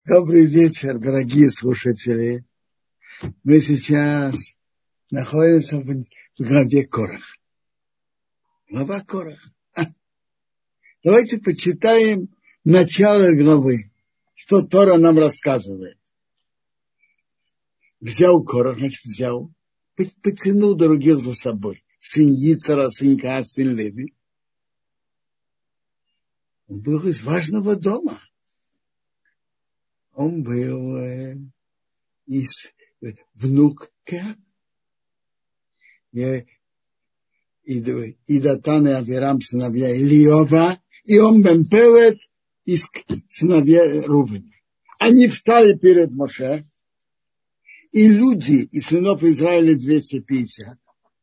Добрый вечер, дорогие слушатели. Мы сейчас находимся в главе Корах. Глава Корах. Давайте почитаем начало главы, что Тора нам рассказывает. Взял Корах, значит взял, потянул других за собой. Сын Йицхара, сын Кеат, сын Леви. Он был из важного дома. Он был внук Кеат. И Датан и Авирам, сыновья Илиова, и он бен Пелет, из сыновья Рувена. Они встали перед Моше, и люди из сынов Израиля 250,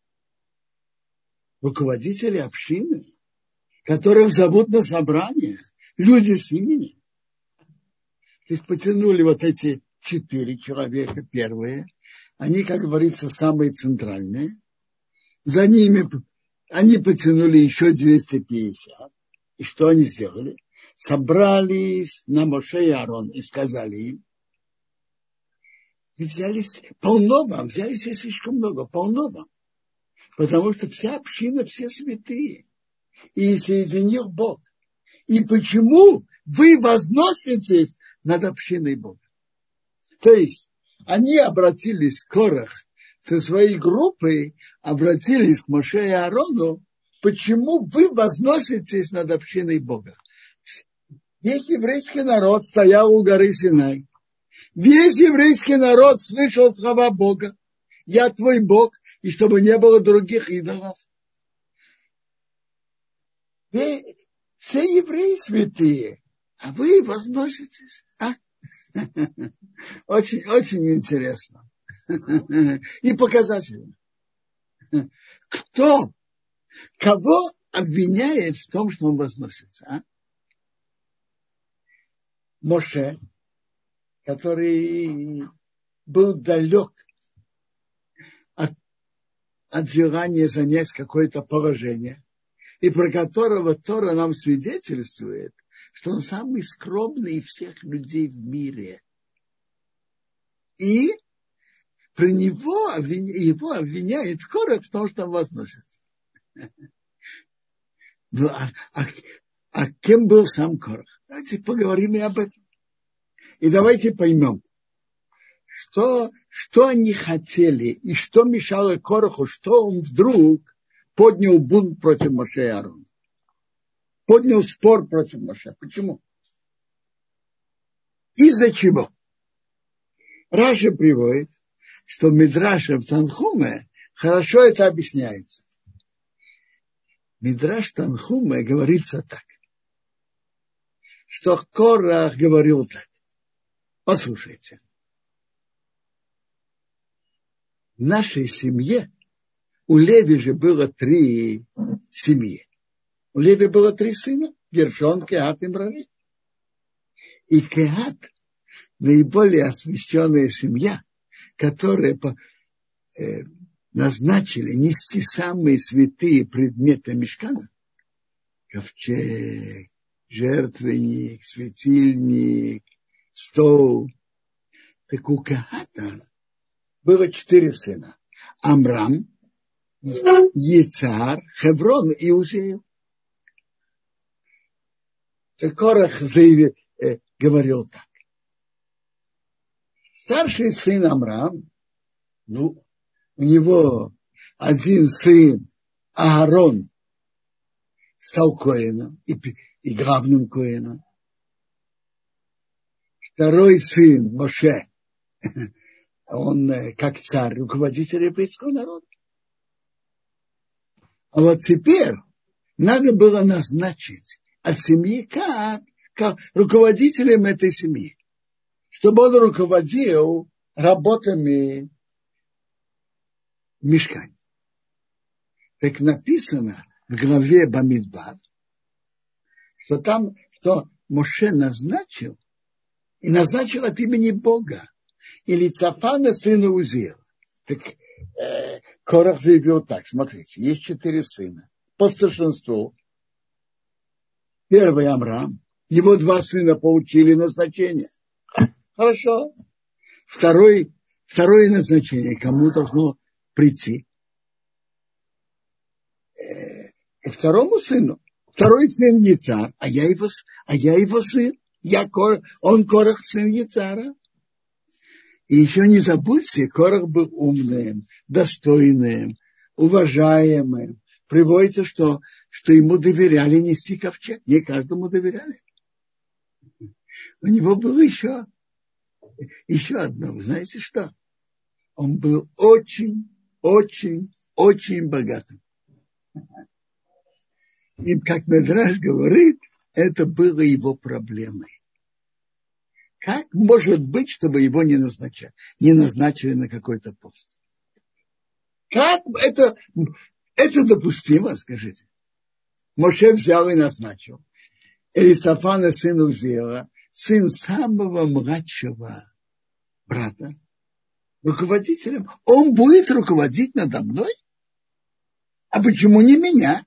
руководители общины, которых зовут на собрание, люди с именем. То есть потянули вот эти 4 человека, первые, они, как говорится, самые центральные. За ними они потянули еще 250. И что они сделали? Собрались на Моше и Аарон и сказали им, и взялись полно вам, взялись слишком много, полно вам. Потому что вся община, все святые. И среди них Бог. И почему вы возноситесь над общиной Бога? То есть они обратились к Корах со своей группой, обратились к Моше и Аарону, почему вы возноситесь над общиной Бога? Весь еврейский народ стоял у горы Синай. Весь еврейский народ слышал слова Бога. Я твой Бог, и чтобы не было других идолов. Все евреи святые, а вы возноситесь. Очень, очень интересно. И показательно. Кого обвиняет в том, что он возносится? Моше, который был далек от желания занять какое-то положение, и про которого Тора нам свидетельствует, что он самый скромный из всех людей в мире. И про него его обвиняет Корах в том, что он возносится. Ну, кем был сам Корах? Давайте поговорим и об этом. И давайте поймем, что они хотели и что мешало Кораху, что он вдруг поднял бунт против Моше и Аарона. Поднял спор против Моше. Почему? Из-за чего? Раши приводит, что в Мидраше в Танхуме хорошо это объясняется. Мидраш Танхуме говорится так, что Корах говорил так. Послушайте. В нашей семье у Леви же было 3 семьи. У Леви было 3 сына. Гершон, Кеат и Мрари. И Кеат наиболее освященная семья, которая назначили нести самые святые предметы мишкана. Ковчег, жертвенник, светильник, стол. Так у Кеата было 4 сына. Амрам, Йицхар, Хеврон и Узиил. Корах говорил так. Старший сын Амрам, у него один сын Аарон стал коэном и главным коэном. Второй сын Моше, он как царь, руководитель еврейского народа. А вот теперь надо было назначить от семьи как руководителем этой семьи, чтобы он руководил работами в мишкане. Так написано в главе Бамидбар, что Моше назначил от имени Бога или Цафана сына Узиила. Так Корах заявил так, смотрите, есть 4 сына. По старшинству первый Амрам, его 2 сына получили назначение. Хорошо. Второе назначение. Кому должно прийти? К второму сыну. Второй сын Яцар, а я его сын. Он Корах, сын Яцара. И еще не забудьте, Корах был умным, достойным, уважаемым. Приводится, что ему доверяли нести ковчег. Не каждому доверяли. У него было еще одно. Вы знаете что? Он был очень, очень, очень богатым. И, как Медраш говорит, это было его проблемой. Как может быть, чтобы его не назначили на какой-то пост? Как это допустимо, скажите? Моше взял и назначил. Элицафана, сын Узиела, сын самого младшего брата, руководителем. Он будет руководить надо мной? А почему не меня?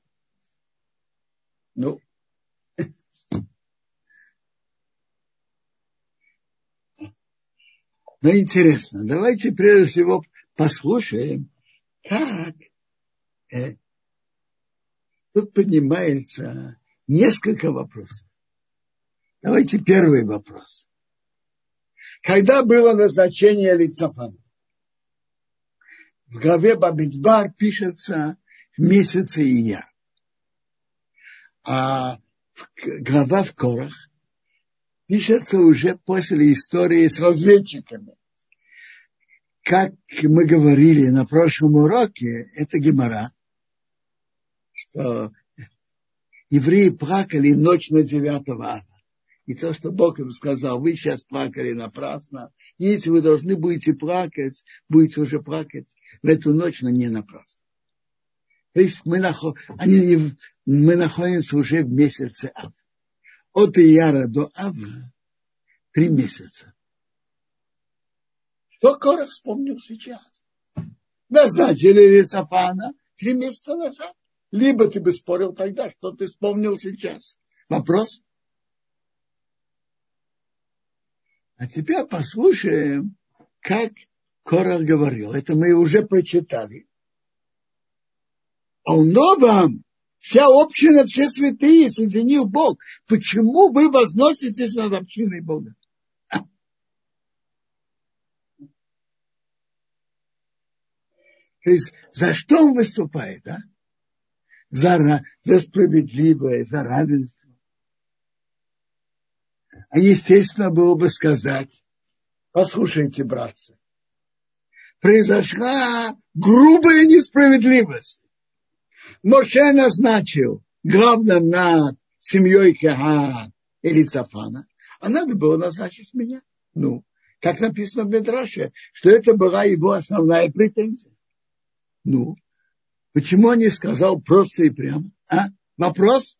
Ну, но интересно. Давайте прежде всего послушаем, как тут поднимается несколько вопросов. Давайте первый вопрос. Когда было назначение Элицафана? В главе Бамидбар пишется в месяце Ияр. А глава в Корах пишется уже после истории с разведчиками. Как мы говорили на прошлом уроке, это Гемара, что евреи плакали ночь на 9 ава. И то, что Бог им сказал, вы сейчас плакали напрасно. Если вы должны будете плакать, будете уже плакать в эту ночь, но не напрасно. То есть мы находимся уже в месяце Ав. От Ияра до Ава 3 месяца. Что Корах вспомнил сейчас? Назначили Элицафана 3 месяца назад. Либо ты бы спорил тогда, что ты вспомнил сейчас. Вопрос? А теперь послушаем, как Корах говорил. Это мы уже прочитали. А но вам вся община, все святые соединил Бог. Почему вы возноситесь над общиной Бога? То есть за что он выступает, да? За справедливое, за равенство. А естественно было бы сказать, послушайте, братцы, произошла грубая несправедливость. Моше назначил главным над семьей Кехан Элицафана, а надо было назначить меня. Ну, как написано в Медраше, что это была его основная претензия. Ну, почему он не сказал просто и прямо? А? Вопрос?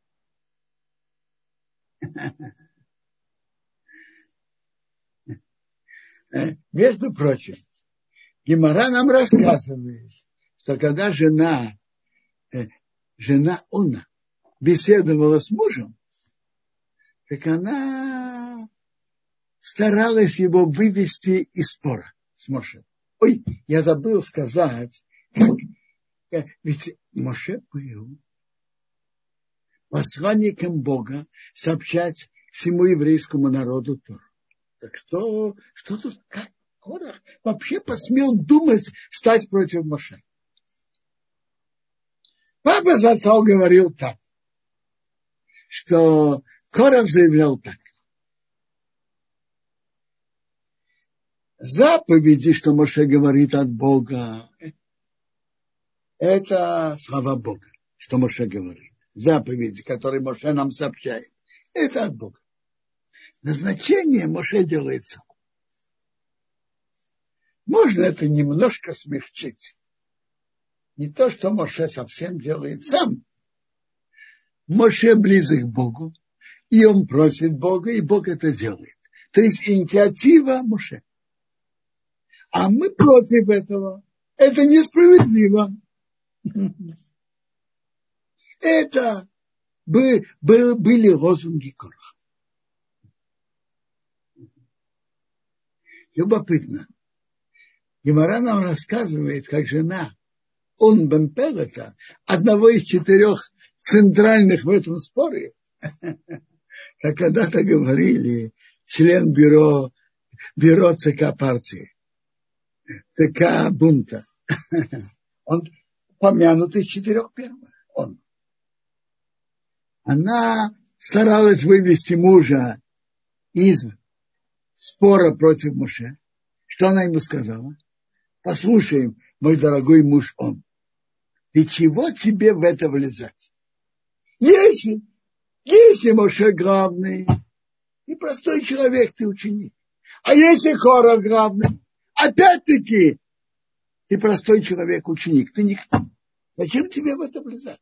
Между прочим, Гемара нам рассказывает, что когда жена Она беседовала с мужем, так она старалась его вывести из спора с Моше. Ой, я забыл сказать, ведь Моше был посланником Бога сообщать всему еврейскому народу Тору. Так что тут, как Корах вообще посмел думать стать против Моше? Папа Зацал говорил так, что Корах заявлял так. Заповеди, что Моше говорит от Бога, это слова Бога, что Моше говорит. Заповеди, которые Моше нам сообщает, это от Бога. Назначение Моше делает сам. Можно это немножко смягчить. Не то, что Моше совсем делает сам. Моше близок к Богу, и он просит Бога, и Бог это делает. То есть инициатива Моше. А мы против этого. Это несправедливо. Это были лозунги Кораха. Любопытно. Гемара нам рассказывает, как жена Он бен Пелета, одного из 4 центральных в этом споре, как когда-то говорили, член бюро ЦК партии, ЦК бунта. Он помянут из 4 первых. Он. Она старалась вывести мужа из спора против Моше. Что она ему сказала? Послушай, мой дорогой муж, он. Ты чего тебе в это влезать? Если Моше главный, и простой человек, ты ученик. А если Корах главный, опять-таки, ты простой человек, ученик, ты никто. Зачем тебе в это влезать?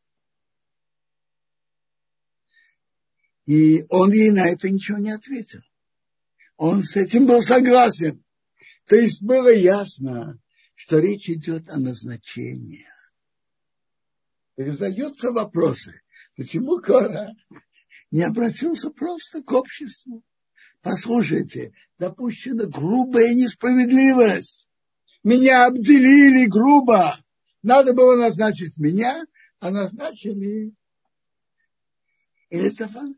И он ей на это ничего не ответил. Он с этим был согласен. То есть было ясно, что речь идет о назначении. И задаются вопросы, почему Корах не обратился просто к обществу. Послушайте, допущена грубая несправедливость. Меня обделили грубо. Надо было назначить меня, а назначили Элицафана.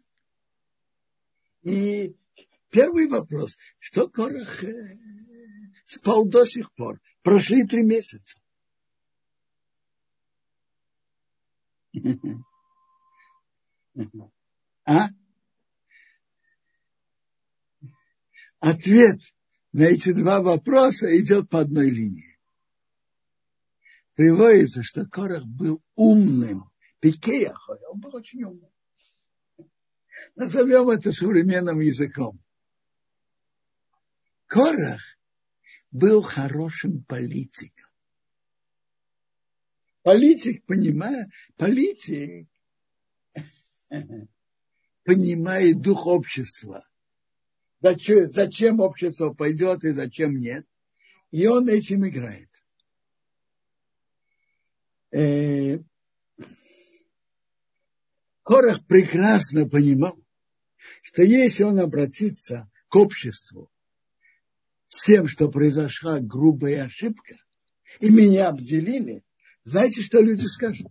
И первый вопрос, что Корах спал до сих пор? Прошли 3 месяца. А? Ответ на эти 2 вопроса идет по одной линии. Приводится, что Корах был умным. Пикеяхой, он был очень умным. Назовем это современным языком. Корах был хорошим политиком. Политик понимает дух общества. Зачем общество пойдет и зачем нет. И он этим играет. Корах прекрасно понимал, что если он обратится к обществу с тем, что произошла грубая ошибка, и меня обделили, знаете, что люди скажут?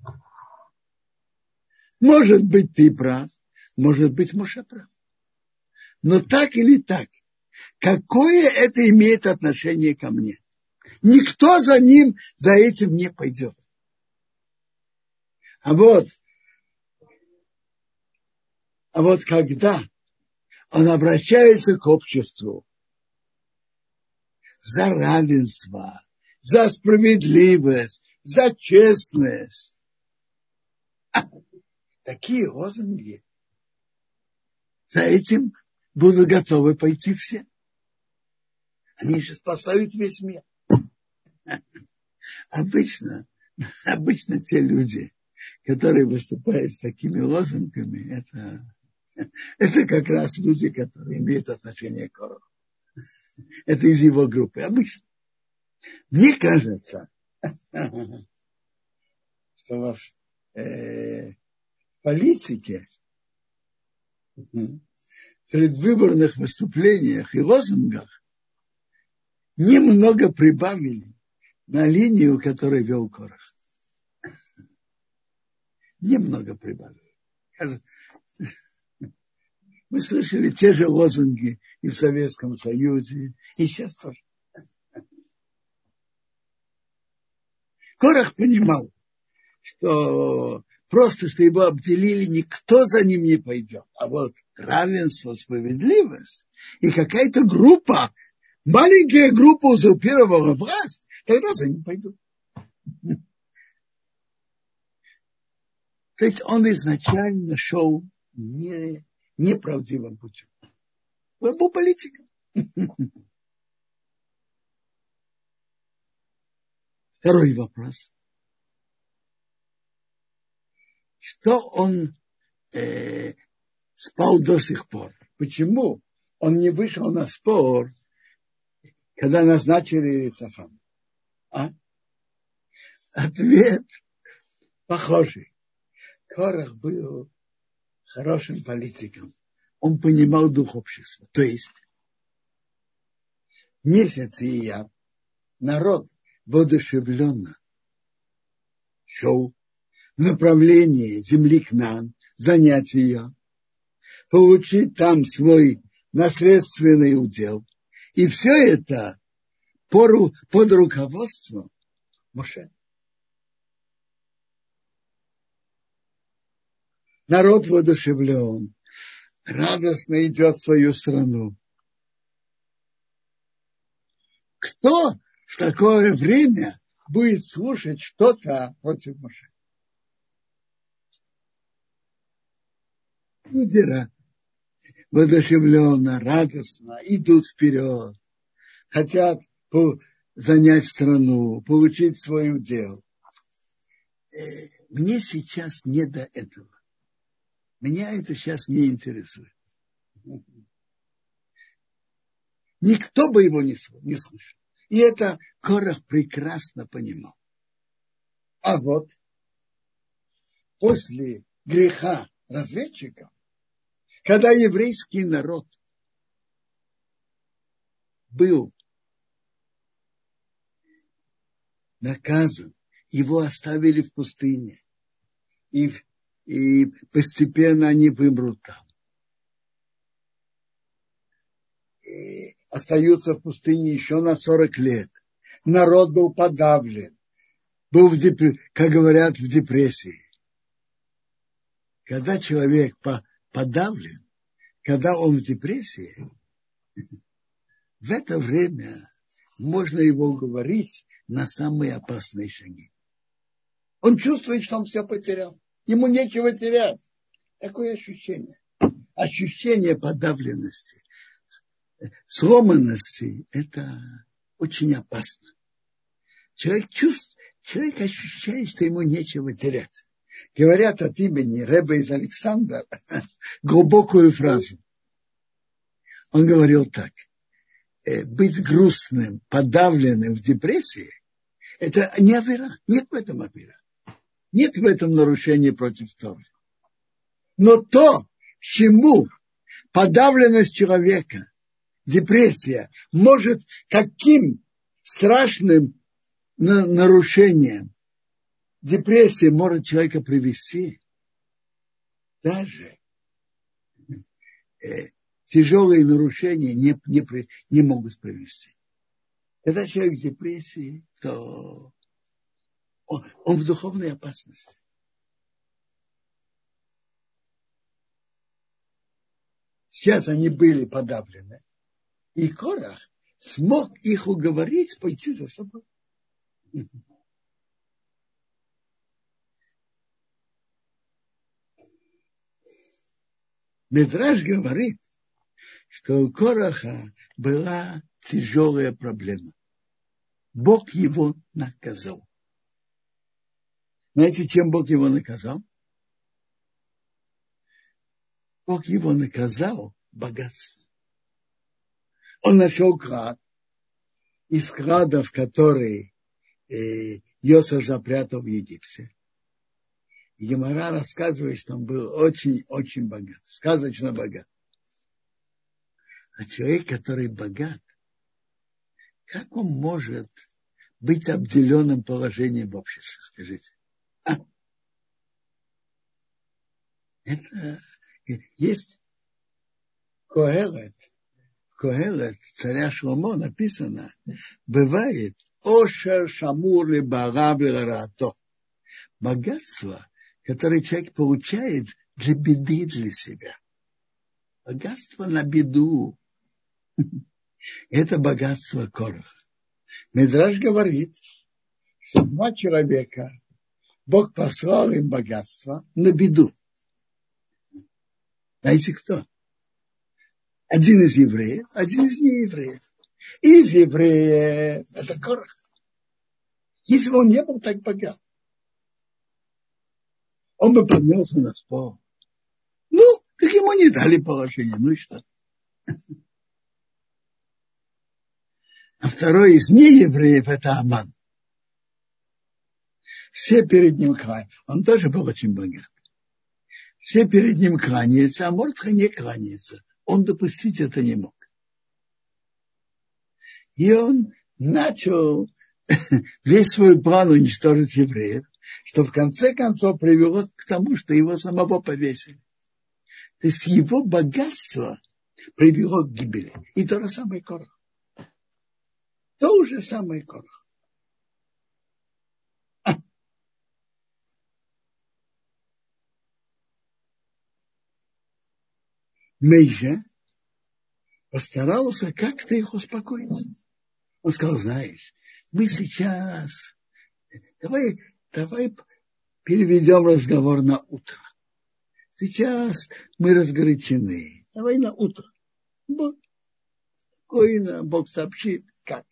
Может быть, ты прав, может быть, Моше прав. Но так или так, какое это имеет отношение ко мне? Никто за этим не пойдет. А вот когда он обращается к обществу за равенство, за справедливость, за честность, такие лозунги, за этим будут готовы пойти все. Они же спасают весь мир. Обычно те люди, которые выступают с такими лозунгами, это как раз люди, которые имеют отношение к Кораху. Это из его группы. Обычно. Мне кажется, что в политике, в предвыборных выступлениях и лозунгах немного прибавили на линию, которую вел Корах. Немного прибавили. Мы слышали те же лозунги и в Советском Союзе, и сейчас тоже. Корах понимал, что просто, что его обделили, никто за ним не пойдет. А вот равенство, справедливость и какая-то группа, маленькая группа узурпировала власть, тогда за ним пойдут. То есть он изначально шел неправдивым путем. Он был политиком. Второй вопрос. Что он спал до сих пор? Почему он не вышел на спор, когда назначили Цафан? Ответ похожий. Корах был хорошим политиком. Он понимал дух общества. То есть, месяц Ияр народ воодушевленно шел в направлении земли Кнаан, занять ее, получить там свой наследственный удел. И все это под руководством Моше. Народ воодушевлен, радостно идет в свою страну. Кто в такое время будет слушать что-то против Моше? Люди воодушевленно, радостно идут вперед, хотят занять страну, получить свой удел. Мне сейчас не до этого. Меня это сейчас не интересует. Никто бы его не слышал. И это Корах прекрасно понимал. А вот после греха разведчиков, когда еврейский народ был наказан, его оставили в пустыне, и постепенно они вымрут там. И остаются в пустыне еще на 40 лет. Народ был подавлен, был, как говорят, в депрессии. Когда человек подавлен, когда он в депрессии, в это время можно его уговорить на самые опасные шаги. Он чувствует, что он все потерял. Ему нечего терять. Такое ощущение. Ощущение подавленности, сломанности – это очень опасно. Человек ощущает, что ему нечего терять. Говорят от имени Ребе из Александра глубокую фразу. Он говорил так. Быть грустным, подавленным в депрессии – это не авера. Нет в этом авера. Нет в этом нарушения против Торы. Но то, к чему подавленность человека, депрессия, может каким страшным нарушением депрессия может человека привести, даже тяжелые нарушения не могут привести. Когда человек в депрессии, то он в духовной опасности. Сейчас они были подавлены. И Корах смог их уговорить пойти за собой. Мидраш говорит, что у Кораха была тяжелая проблема. Бог его наказал. Знаете, чем Бог его наказал? Бог его наказал богатством. Он нашел клад, из кладов, который Йосеф запрятал в Египте. И Гемара рассказывает, что он был очень-очень богат, сказочно богат. А человек, который богат, как он может быть обделенным положением в обществе, скажите? Это есть Коэлет царя Шломо написано, бывает ошер шамур ли барав ли ларато. Богатство, которое человек получает для беды для себя. Богатство на беду. Это богатство Кораха. Мидраш говорит, что 2 человека Бог послал им богатство на беду. Знаете кто? Один из евреев, один из неевреев. Из евреев это Корах. Если бы он не был так богат, он бы поднялся на стол. Ну, так ему не дали положение. Ну и что? А второй из неевреев это Аман. Все перед ним кланяются. Он тоже был очень богат. Все перед ним кланяются, а Мордхай не кланяется. Он допустить это не мог. И он начал весь свой план уничтожить евреев, что в конце концов привело к тому, что его самого повесили. То есть его богатство привело к гибели. И то же самое Корах. То же самое Корах. Мейша постарался как-то их успокоить. Он сказал, знаешь, мы сейчас... Давай переведем разговор на утро. Сейчас мы разгорячены. Давай на утро. Спокойно Бог сообщит, как.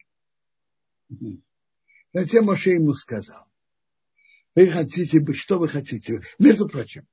Затем Моше ему сказал, вы хотите быть, что вы хотите? Между прочим,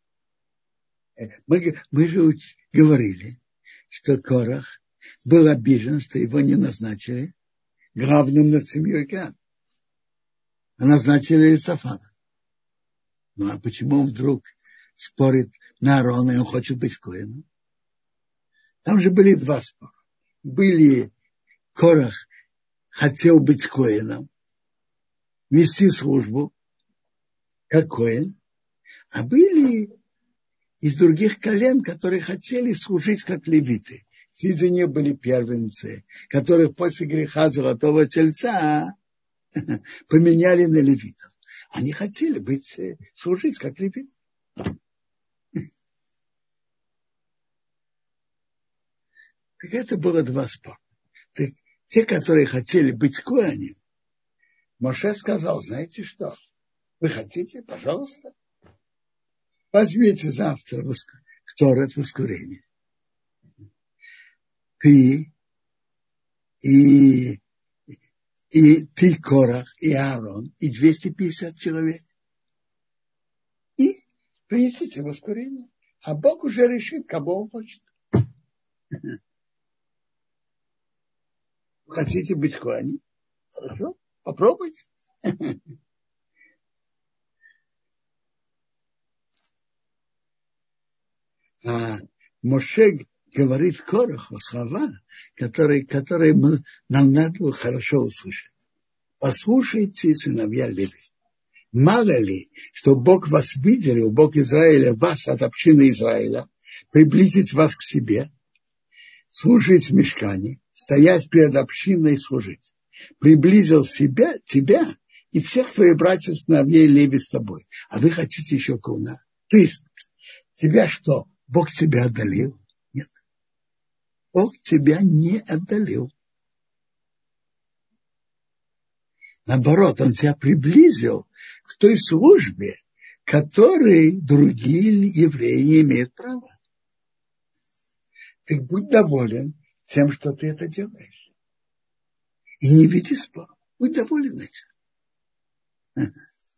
мы же говорили, что Корах был обижен, что его не назначили главным над семьей Коэн. А назначили Цафана. Ну а почему он вдруг спорит на Аарона, и он хочет быть Коэном? Там же были два спора. Были Корах хотел быть Коэном, вести службу как Коэн, а были из других колен, которые хотели служить как левиты. Среди них были первенцы, которых после греха золотого тельца поменяли на левитов. Они хотели служить как левиты. Так это было два спора. Так, те, которые хотели быть коэнем, Моше сказал, знаете что, вы хотите, пожалуйста, возьмите завтра кторет воскурение. Ты и ты, Корах, и Аарон, и 250 человек. И принесите воскурение. А Бог уже решит, кого он хочет. Хотите быть коэнем? Хорошо, попробуйте. А Моше говорит Кораху слова, которые нам надо было хорошо услышать. Послушайте, сыновья Леви. Мало ли, что Бог вас выделил, Бог Израиля, вас от общины Израиля, приблизить вас к себе, служить в мишкане, стоять перед общиной и служить. Приблизил тебя и всех твоих братьев, сыновей Леви с тобой. А вы хотите еще коэна? Тебя что? Бог тебя отдалил? Нет. Бог тебя не отдалил. Наоборот, он тебя приблизил к той службе, которой другие евреи не имеют права. Ты будь доволен тем, что ты это делаешь. И не веди спор. Будь доволен этим.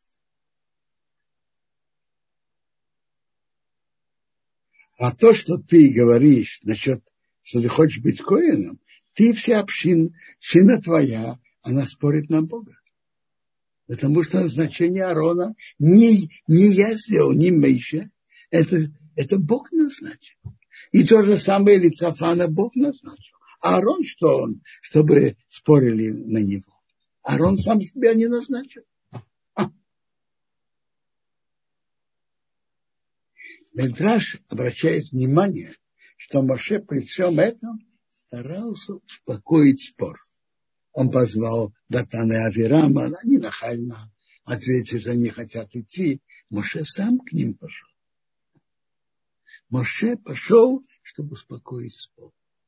А то, что ты говоришь насчет, что ты хочешь быть коэном, ты вся община твоя, она спорит на Бога. Потому что назначение Аарона не я сделал, не Мейша. Это Бог назначил. И то же самое Цафана Бог назначил. А Аарон, что он, чтобы спорили на него? Аарон сам себя не назначил. Медраш обращает внимание, что Моше при всем этом старался успокоить спор. Он позвал Датана и Авирама, они нахально ответили, что они хотят идти. Моше сам к ним пошел. Моше пошел, чтобы успокоить спор.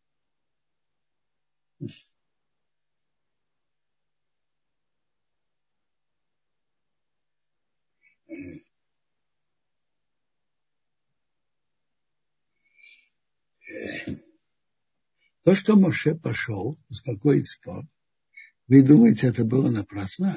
То, что Моше пошел успокоить спор, вы думаете, это было напрасно?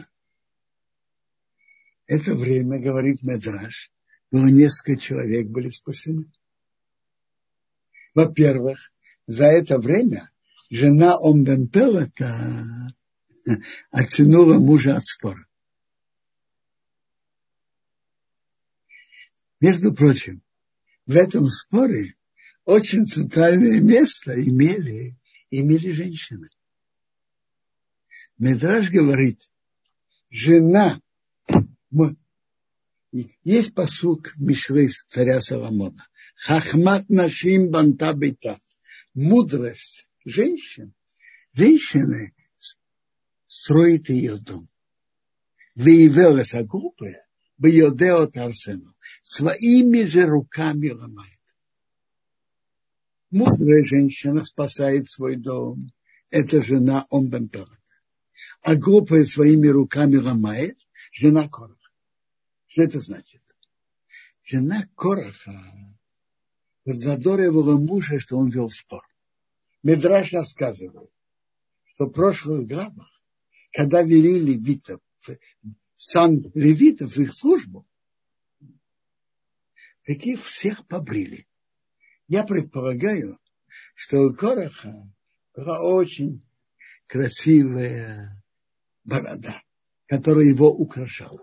Это время, говорит Медраш, было несколько человек были спасены. Во-первых, за это время жена Омбемпелета оттянула мужа от спора. Между прочим, в этом споре очень центральное место имели женщины. Мидраш говорит, жена, есть пасук Мишлей царя Соломона. Хахмат нашим банта бейта. Мудрость женщины строит ее дом. Выявила сагубы, бьёдео тарсену. Своими же руками ломает. Мудрая женщина спасает свой дом. Это жена Омбемпелата. А глупая своими руками ломает жена Кораха. Что это значит? Жена Кораха задоривала мужа, что он вел спор. Мидраш рассказывает, что в прошлых главах, когда вели левитов, сан левитов в их службу, таких всех побрили. Я предполагаю, что у Кораха была очень красивая борода, которая его украшала.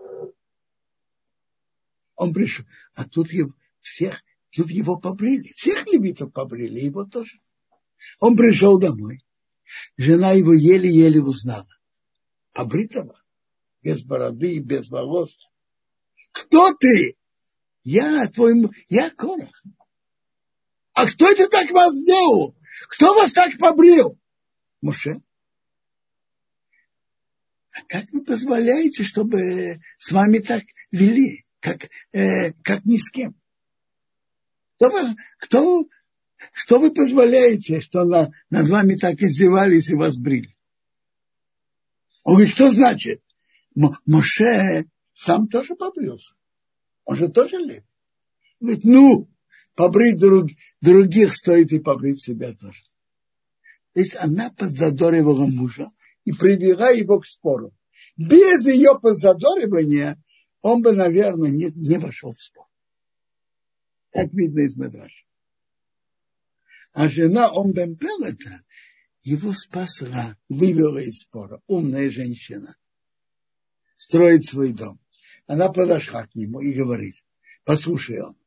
Он пришел, а тут его побрили. Всех левитов побрили, его тоже. Он пришел домой. Жена его еле-еле узнала. Побритого, без бороды, без волос. Кто ты? Я Корах. А кто это так вас сделал? Кто вас так побрил? Моше. А как вы позволяете, чтобы с вами так вели, как ни с кем? Что вы позволяете, что над вами так издевались и вас брили? Он говорит, что значит? Моше сам тоже побрился. Он же тоже лев. Говорит, побрить других стоит и побрить себя тоже. То есть она подзадоривала мужа и привела его к спору. Без ее подзадоривания он бы, наверное, не вошел в спор. Так видно из Мидраша. А жена Омбемпелета его спасла, вывела из спора. Умная женщина. Строит свой дом. Она подошла к нему и говорит, послушай он,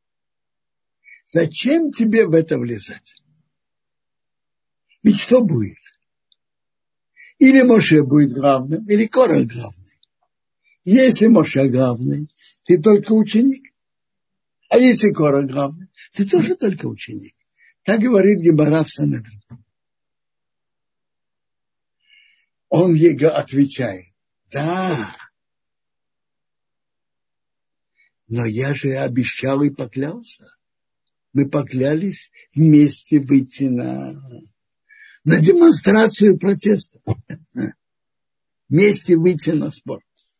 зачем тебе в это влезать? Ведь что будет? Или Моше будет главным, или Корах главный. Если Моше главный, ты только ученик. А если Корах главный, ты тоже только ученик. Так говорит Гемара в Санедрин. Он ей отвечает, да, но я же обещал и поклялся. Мы поклялись вместе выйти на демонстрацию протеста. Вместе выйти на спор.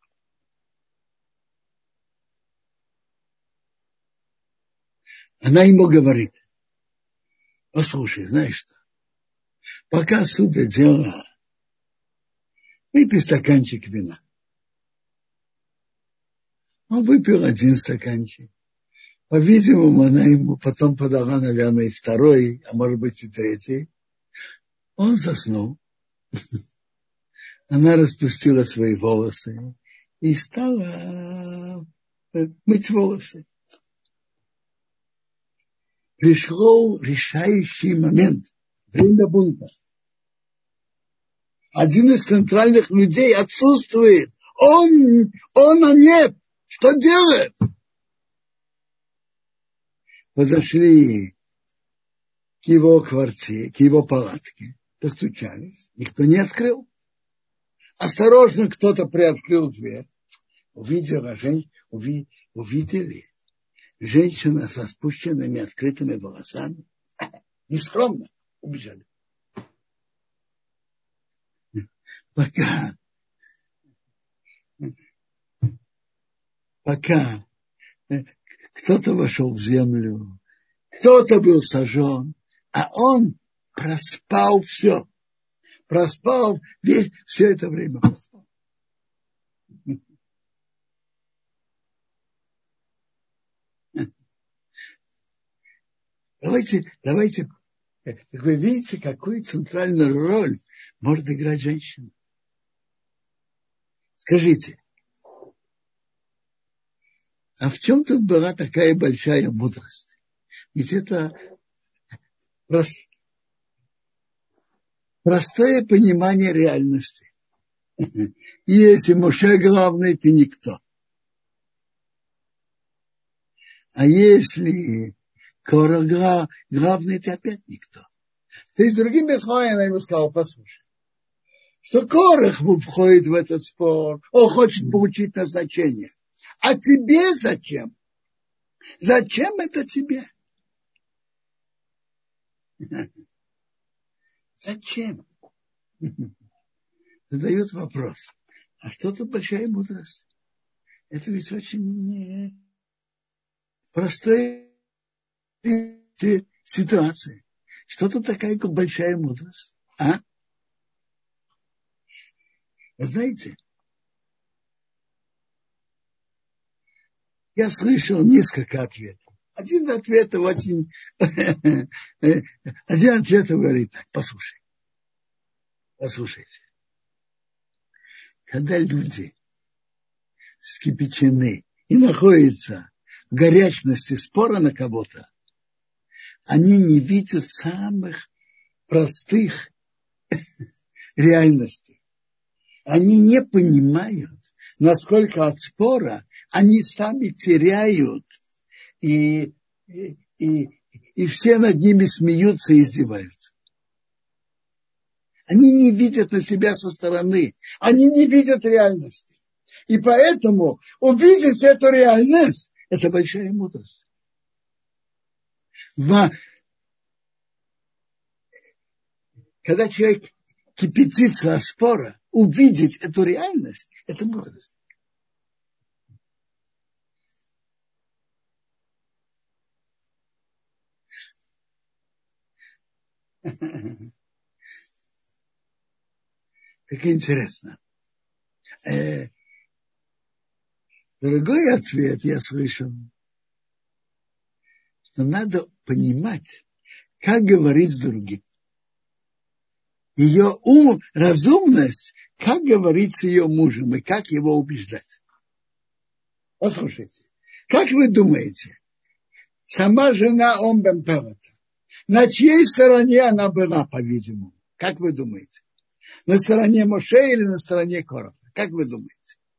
Она ему говорит, послушай, знаешь что, пока судят дела, выпей стаканчик вина. Он выпил один стаканчик. По-видимому, она ему потом подала, наверное, и второй, а может быть и третий. Он заснул. Она распустила свои волосы и стала мыть волосы. Пришел решающий момент, время бунта. Один из центральных людей отсутствует. Он, а нет. Что делает? Подошли к его квартире, к его палатке, постучались. Никто не открыл. Осторожно кто-то приоткрыл дверь. Увидели женщина со спущенными открытыми волосами. Нескромно убежали. Пока кто-то вошел в землю, кто-то был сожжен, а он проспал все. Проспал все это время. Проспал. Давайте, вы видите, какую центральную роль может играть женщина. Скажите, а в чем тут была такая большая мудрость? Ведь это простое понимание реальности. Если Моше главный, ты никто. А если Корах главный, ты опять никто. То есть, другими словами, она ему сказала, послушай, что Корах входит в этот спор, он хочет получить назначение. А тебе зачем? Зачем это тебе? Зачем? Задают вопрос. А что тут большая мудрость? Это ведь очень простая ситуация. Что тут такая большая мудрость? А? Вы знаете, я слышал несколько ответов. Один ответ очень... Один ответ говорит так, послушайте. Когда люди вскипячены и находятся в горячности спора на кого-то, они не видят самых простых реальностей. Они не понимают, насколько от спора они сами теряют, и все над ними смеются и издеваются. Они не видят на себя со стороны, они не видят реальности. И поэтому увидеть эту реальность – это большая мудрость. Когда человек кипятится от спора, увидеть эту реальность – это мудрость. Как интересно. Другой ответ я слышал, что надо понимать, как говорить с другим. Ее разумность, как говорить с ее мужем и как его убеждать. Послушайте, как вы думаете, сама жена Омбемпевата, на чьей стороне она была, по-видимому? Как вы думаете? На стороне Моше или на стороне Кораха? Как вы думаете?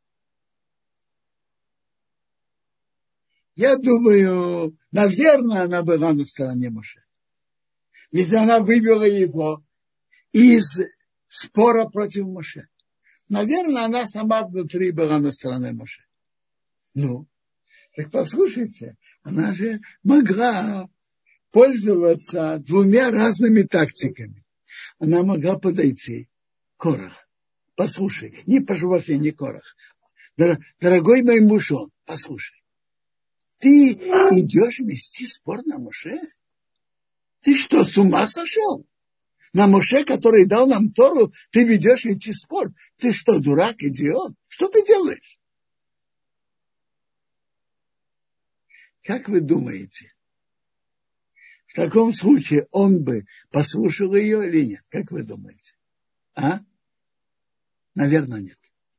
Я думаю, наверное, она была на стороне Моше. Ведь она вывела его из спора против Моше. Наверное, она сама внутри была на стороне Моше. Ну, так послушайте, она же могла пользоваться двумя разными тактиками. Она могла подойти. Корах, послушай, не пожалуйста, не Корах. Дорогой мой муж, послушай. Ты идешь вести спор на Моше? Ты что, с ума сошел? На Моше, который дал нам Тору, ты ведешь вести спор. Ты что, дурак, идиот? Что ты делаешь? Как вы думаете, в таком случае он бы послушал ее или нет? Как вы думаете? А? Наверное, нет.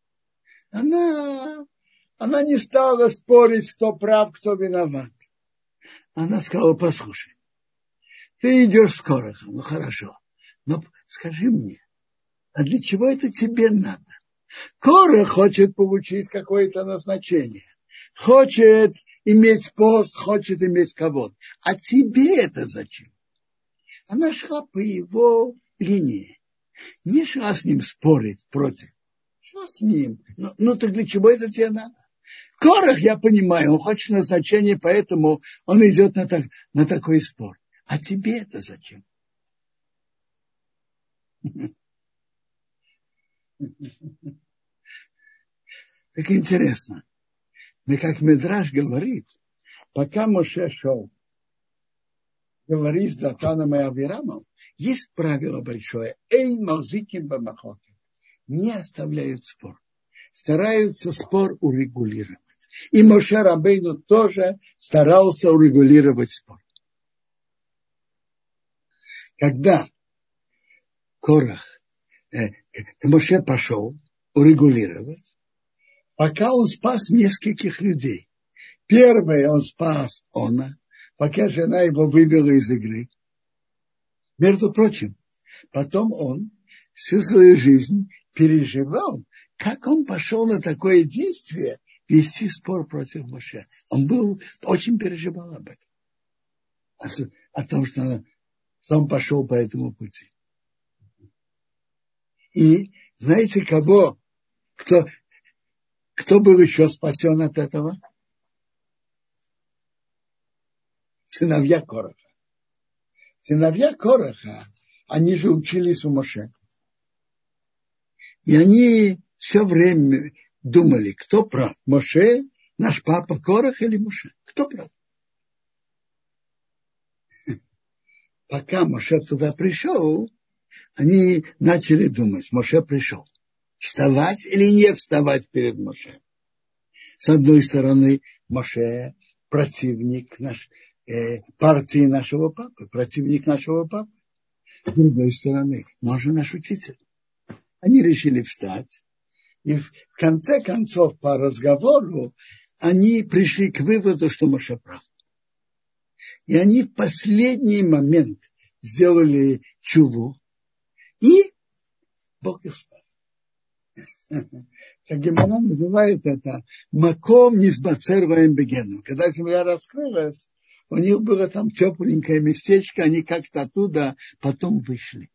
Она не стала спорить, кто прав, кто виноват. Она сказала, послушай, ты идешь с Корахом, ну хорошо, но скажи мне, а для чего это тебе надо? Корах хочет получить какое-то назначение, хочет иметь пост, хочет иметь кого-то. А тебе это зачем? Она шла по его линии, не шла с ним спорить против. Шла с ним. Ну так для чего это тебе надо? Корах, я понимаю, он хочет назначение, поэтому он идет на такой спор. А тебе это зачем? Так интересно. Но как Мидраш говорит, пока Моше шел говорить с Датаном и Авирамом, есть правило большое. Эй, махзиким бамахлоким. Не оставляют спор. Стараются спор урегулировать. И Моше Рабейну тоже старался урегулировать спор. Когда Моше пошел урегулировать, пока он спас нескольких людей. Первый он спас Она, пока жена его вывела из игры. Между прочим, потом он всю свою жизнь переживал, как он пошел на такое действие, вести спор против Моше. Он очень переживал об этом. О том, что он пошел по этому пути. И знаете, кто был еще спасен от этого? Сыновья Кораха. Сыновья Кораха, они же учились у Моше. И они все время думали, кто прав, Моше, наш папа Корах или Моше? Кто прав? Пока Моше туда пришел, они начали думать, Моше пришел. Вставать или не вставать перед Моше? С одной стороны, Моше противник партии нашего папы, противник нашего папы. С другой стороны, Моше наш учитель. Они решили встать. И в конце концов, по разговору, они пришли к выводу, что Моше прав. И они в последний момент сделали чуву. И Бог их спас. Как Гемара называет это, маком низбацер ваэмбегену. Когда земля раскрылась, у них было там тепленькое местечко, они как-то оттуда потом вышли.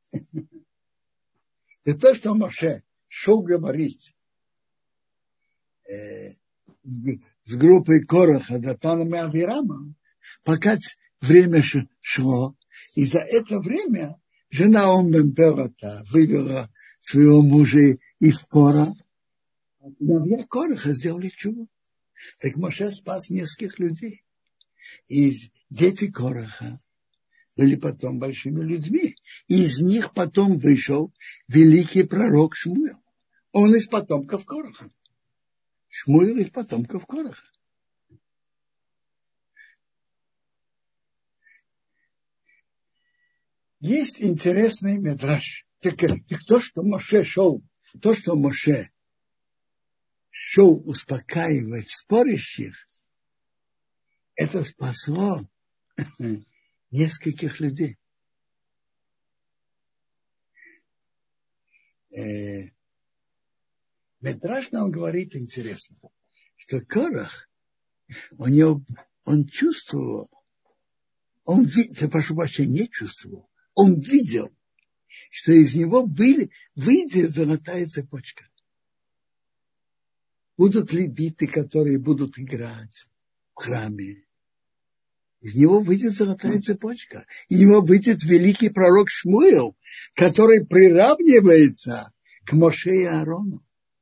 И то, что Моше шел говорить с группой Кораха, Датаном и Авирамом, пока время шло, и за это время жена Омбемперата вывела своего мужа из спора, а сыновья Кораха сделали чудо. Так Моше спас нескольких людей. И дети Кораха были потом большими людьми. И из них потом вышел великий пророк Шмуэл. Он из потомков Кораха. Шмуэл из потомков Кораха. Есть интересный мидраш. Так то, что Моше шел успокаивать спорящих, это спасло нескольких людей. Мидраш нам говорит интересно, что Корах, он чувствовал, прошу прощения, не чувствовал, он видел, что из него выйдет золотая цепочка. Будут левиты, которые будут играть в храме. Из него выйдет золотая цепочка. Из него выйдет великий пророк Шмуэл, который приравнивается к Моше и Аарону.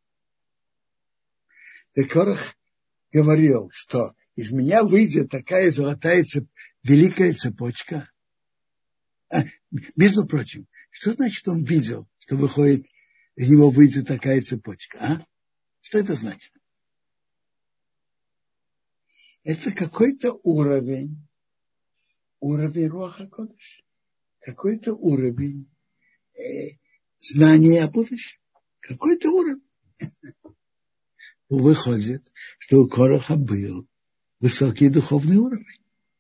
И Корах говорил, что из меня выйдет такая великая цепочка. Между прочим, что значит он видел, что из него выйдет такая цепочка? Что это значит? Это какой-то уровень Руах ха-Кодеш, какой-то уровень знания о будущем, какой-то уровень. Выходит, что у Кораха был высокий духовный уровень.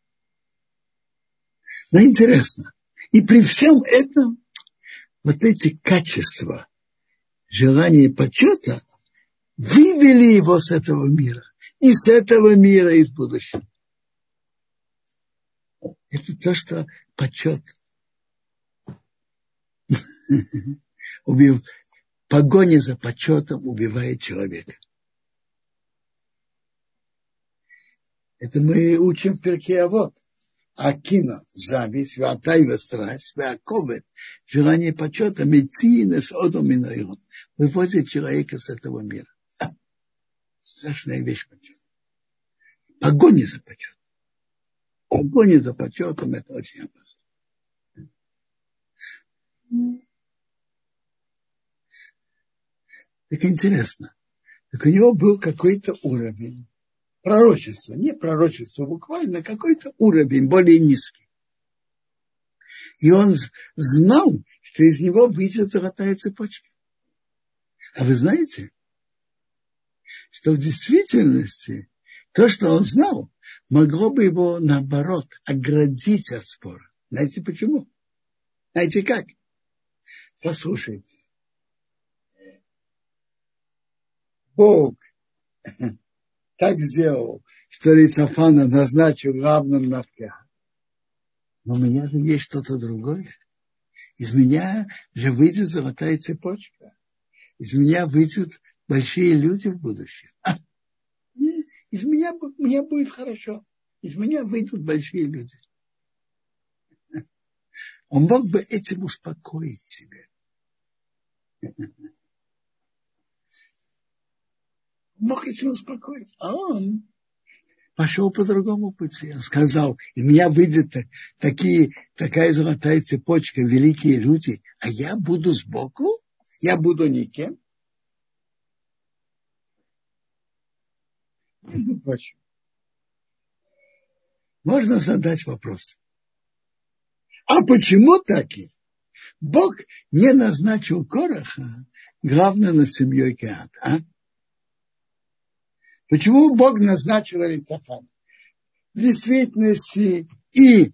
Но интересно, и при всем этом вот эти качества, желания и почета вывели его с этого мира, и с этого мира, и с будущего. Это то, что почет. Погоня за почетом убивает человека. Это мы учим в Перкей Авот. Акина – зависть, ватайва – страсть, ваковет – желание почета, мецина с одом и наилом. Выводит человека с этого мира. Страшная вещь почет. Погоня за почетом. Погоня за почетом – это очень опасно. Так интересно. Так у него был какой-то уровень. Пророчество, не пророчество буквально, какой-то уровень более низкий. И он знал, что из него выйдет золотая цепочка. А вы знаете, что в действительности то, что он знал, могло бы его, наоборот, оградить от спора. Знаете почему? Знаете как? Послушайте, Бог так сделал, что Рицафана назначил главным над Кеха. Но у меня же есть что-то другое. Из меня же выйдет золотая цепочка. Из меня выйдут большие люди в будущем. Из меня будет хорошо. Из меня выйдут большие люди. Он мог бы этим успокоить себя. Мог этим успокоить. А он пошел по другому пути. Он сказал, из меня выйдет такая золотая цепочка, великие люди, а я буду сбоку, я буду никем. Между прочим, можно задать вопрос. А почему таки Бог не назначил Кораха главным над семьей Кеат? А? Почему Бог назначил Рицафана? В действительности и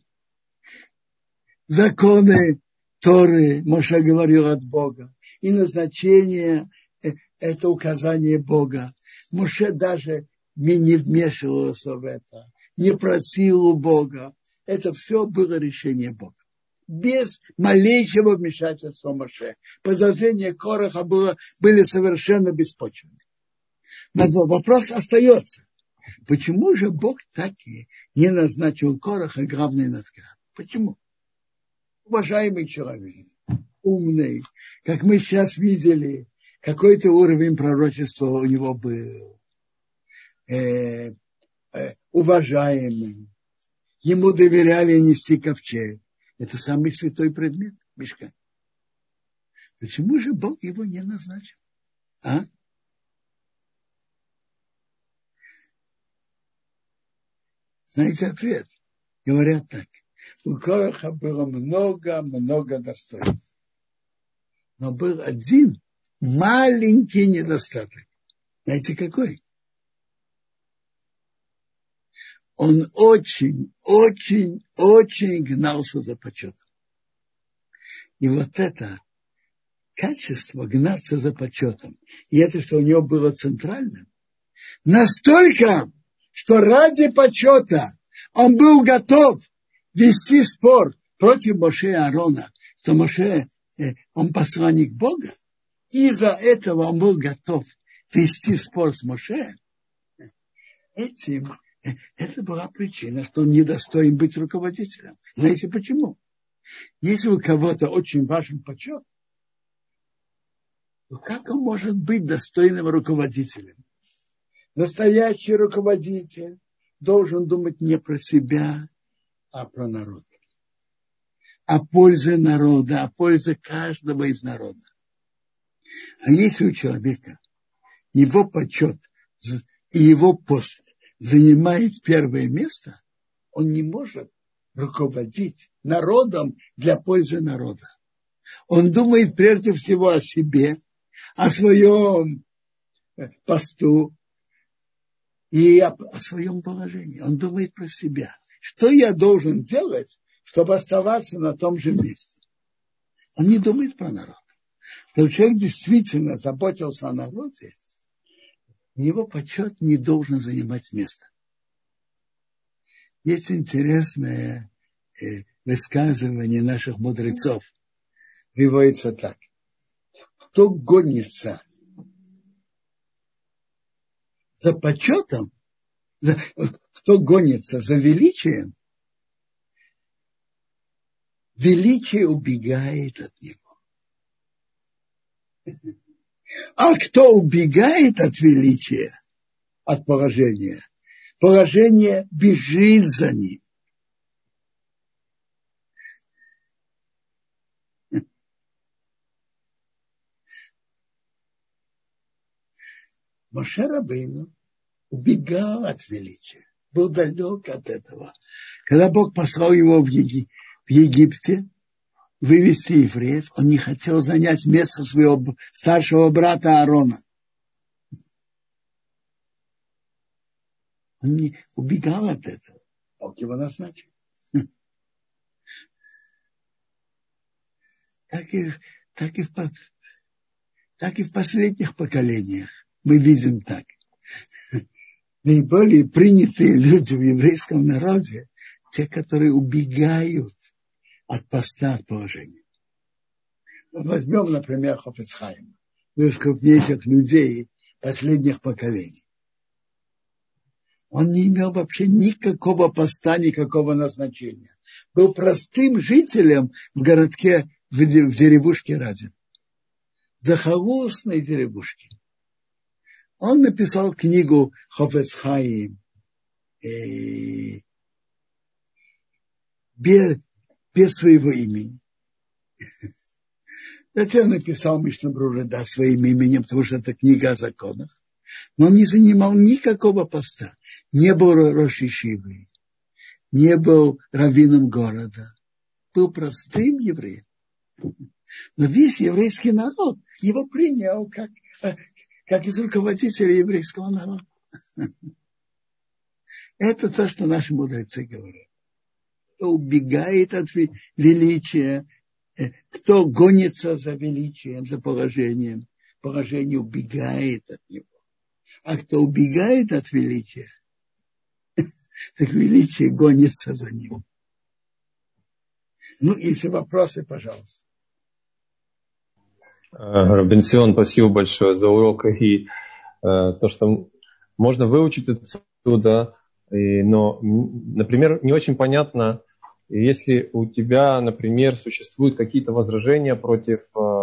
законы Торы Моше говорил от Бога, и назначение это указание Бога. Моше даже не вмешивался в это, не просил у Бога. Это все было решение Бога. Без малейшего вмешательства Моше. Подозрения Кораха были совершенно беспочвенны. Но вопрос остается. Почему же Бог так и не назначил Кораха главной над Кеатом? Почему? Уважаемый человек, умный, как мы сейчас видели, какой-то уровень пророчества у него был, уважаемый, ему доверяли нести ковчег. Это самый святой предмет мешка. Почему же Бог его не назначил? А? Знаете ответ? Говорят так. У Кораха было много достоинств. Но был один маленький недостаток. Знаете, какой? Он очень гнался за почетом. И вот это качество гнаться за почетом, и это, что у него было центральным, настолько, что ради почета он был готов вести спор против Моше и Аарона, что Моше, он посланник Бога, и из-за этого он был готов вести спор с Моше. Это была причина, что он недостоин быть руководителем. Знаете почему? Если у кого-то очень важен почет, то как он может быть достойным руководителем? Настоящий руководитель должен думать не про себя, а про народ. О пользе народа, о пользе каждого из народа. А если у человека его почет и его пост занимает первое место, он не может руководить народом для пользы народа. Он думает прежде всего о себе, о своем посту и о своем положении. Он думает про себя. Что я должен делать, чтобы оставаться на том же месте? Он не думает про народ. Если человек действительно заботился о народе, его почет не должен занимать место. Есть интересное высказывание наших мудрецов. Приводится так. Кто гонится за почетом, кто гонится за величием, величие убегает от него. А кто убегает от величия, от положения, положение бежит за ним. Моше Рабейну убегал от величия, был далек от этого. Когда Бог послал его в Египте вывести евреев, он не хотел занять место своего старшего брата Аарона. Он не убегал от этого. Бог его назначил. Так так и в последних поколениях мы видим так. Наиболее принятые люди в еврейском народе, те, которые убегают от поста, от положения. Возьмем, например, Хафец Хаима, из крупнейших людей последних поколений. Он не имел вообще никакого поста, никакого назначения. Был простым жителем в городке, в деревушке Радин. Захолустной деревушке. Он написал книгу Хафец Хаим без своего имени. Затем написал Мишна Брура своим именем, потому что это книга о законах. Но он не занимал никакого поста. Не был рош ешивы, не был раввином города. Был простым евреем. Но весь еврейский народ его принял как из руководителя еврейского народа. Это то, что наши мудрецы говорят. Кто убегает от величия, кто гонится за величием, за положением, положение убегает от него. А кто убегает от величия, так величие гонится за ним. Ну, если вопросы, пожалуйста. Рабин Цион, спасибо большое за урок. И то, что можно выучить отсюда, но, например, не очень понятно, если у тебя, например, существуют какие-то возражения против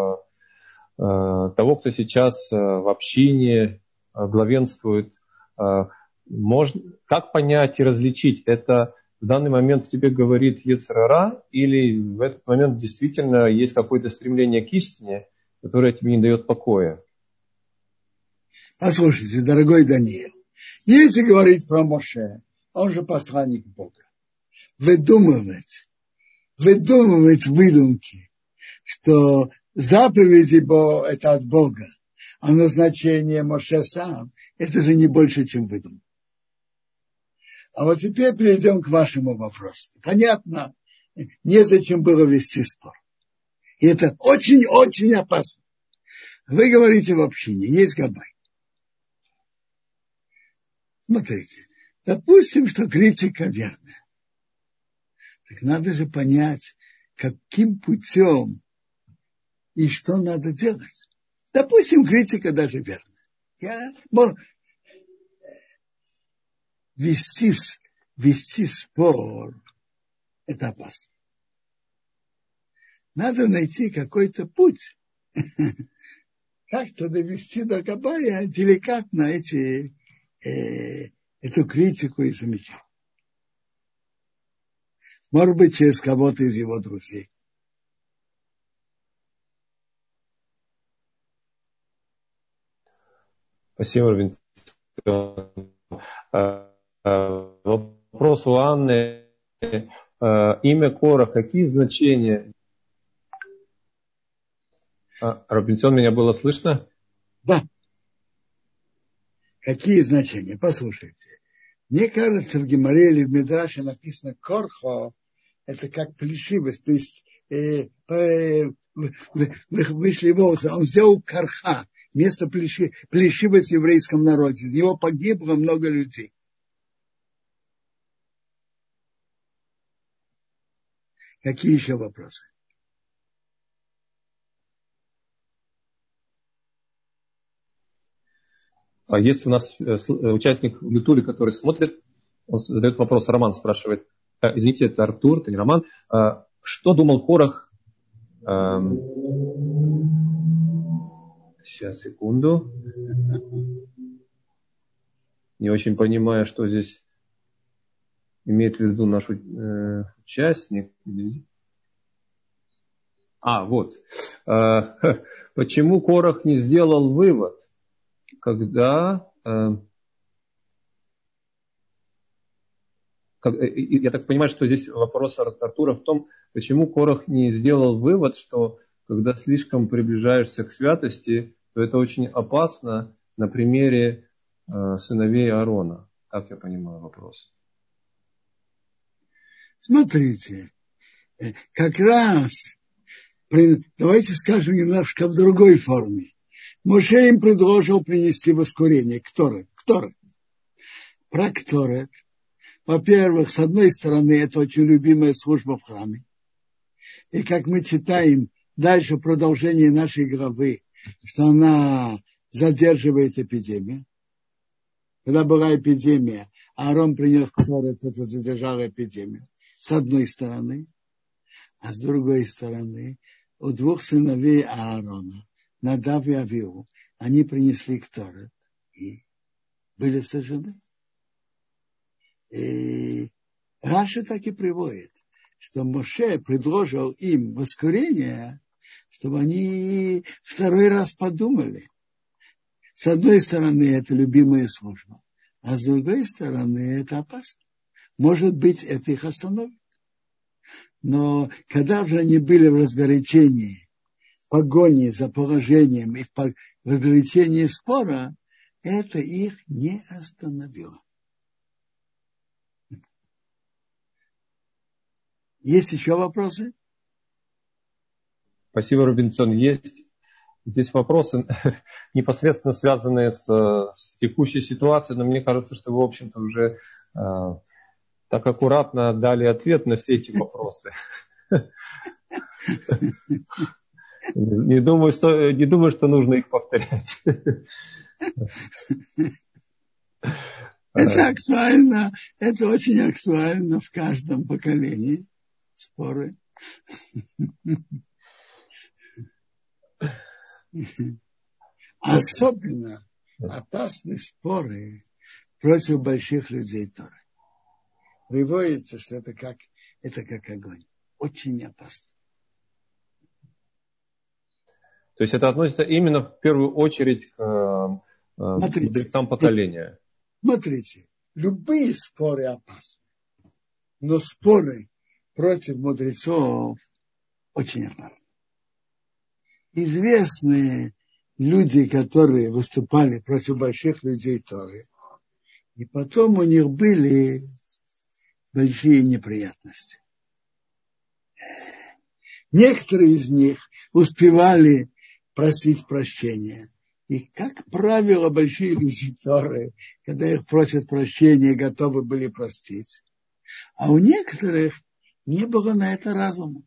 того, кто сейчас в общине главенствует, как понять и различить, это в данный момент в тебе говорит Йецер ара, или в этот момент действительно есть какое-то стремление к истине, которое тебе не дает покоя? Послушайте, дорогой Даниил, если говорить про Моше, он же посланник Бога, выдумывать выдумки, что заповеди это от Бога, а назначение Моше сам, это же не больше, чем выдумка. А вот теперь перейдем к вашему вопросу. Понятно, незачем было вести спор. И это очень-очень опасно. Вы говорите в общине, есть габай. Смотрите, допустим, что критика верная. Так надо же понять, каким путем и что надо делать. Допустим, критика даже верная. Вести спор – это опасно. Надо найти какой-то путь, как-то довести до габая деликатно эту критику и замечать. Может быть, через кого-то из его друзей. Спасибо, Рабин. Вопрос у Анны. Имя Корах, какие значения? Рабинсон, меня было слышно? Да. Какие значения? Послушайте. Мне кажется, в Гемаре или в Мидраше написано Корхо, это как плешивость, то есть вышли волосы, он сделал карха, место плешивость в еврейском народе. Из него погибло много людей. Какие еще вопросы? А есть у нас участник в Ютубе, который смотрит, он задает вопрос, Роман спрашивает, извините, это Артур, это не Роман, что думал Корах? Сейчас, секунду. Не очень понимаю, что здесь имеет в виду наш участник. Вот. Почему Корах не сделал вывод, когда... Я так понимаю, что здесь вопрос Артура в том, почему Корах не сделал вывод, что когда слишком приближаешься к святости, то это очень опасно на примере сыновей Аарона. Так я понимаю вопрос. Смотрите, как раз Давайте скажем немножко в другой форме. Моше им предложил принести воскурение. Кторет. Про кторет. Во-первых, с одной стороны, это очень любимая служба в храме. И как мы читаем дальше в продолжении нашей главы, что она задерживает эпидемию. Когда была эпидемия, Аарон принес кторет, это задержало эпидемию. С одной стороны. А с другой стороны, у двух сыновей Аарона, Надав и Авиу, они принесли кторет и были сожжены. И Раши так и приводит, что Моше предложил им воскурение, чтобы они второй раз подумали. С одной стороны, это любимая служба, а с другой стороны, это опасно. Может быть, это их остановит. Но когда же они были в разгорячении, погони за положением и в разгорячении спора, это их не остановило. Есть еще вопросы? Спасибо, Робинсон. Есть здесь вопросы, непосредственно связанные с текущей ситуацией, но мне кажется, что вы, в общем-то, уже так аккуратно дали ответ на все эти вопросы. Не думаю, что нужно их повторять. Это актуально, это очень актуально в каждом поколении. Споры. Особенно опасны споры против больших людей Торы. Выводится, что это как огонь. Очень опасно. То есть это относится именно в первую очередь к мудрецам поколения. Смотрите, любые споры опасны, но споры против мудрецов очень опасны. Известные люди, которые выступали против больших людей Торы, и потом у них были большие неприятности. Некоторые из них успевали просить прощения. И, как правило, большие люди Торы, когда их просят прощения, готовы были простить. А у некоторых не было на это разума.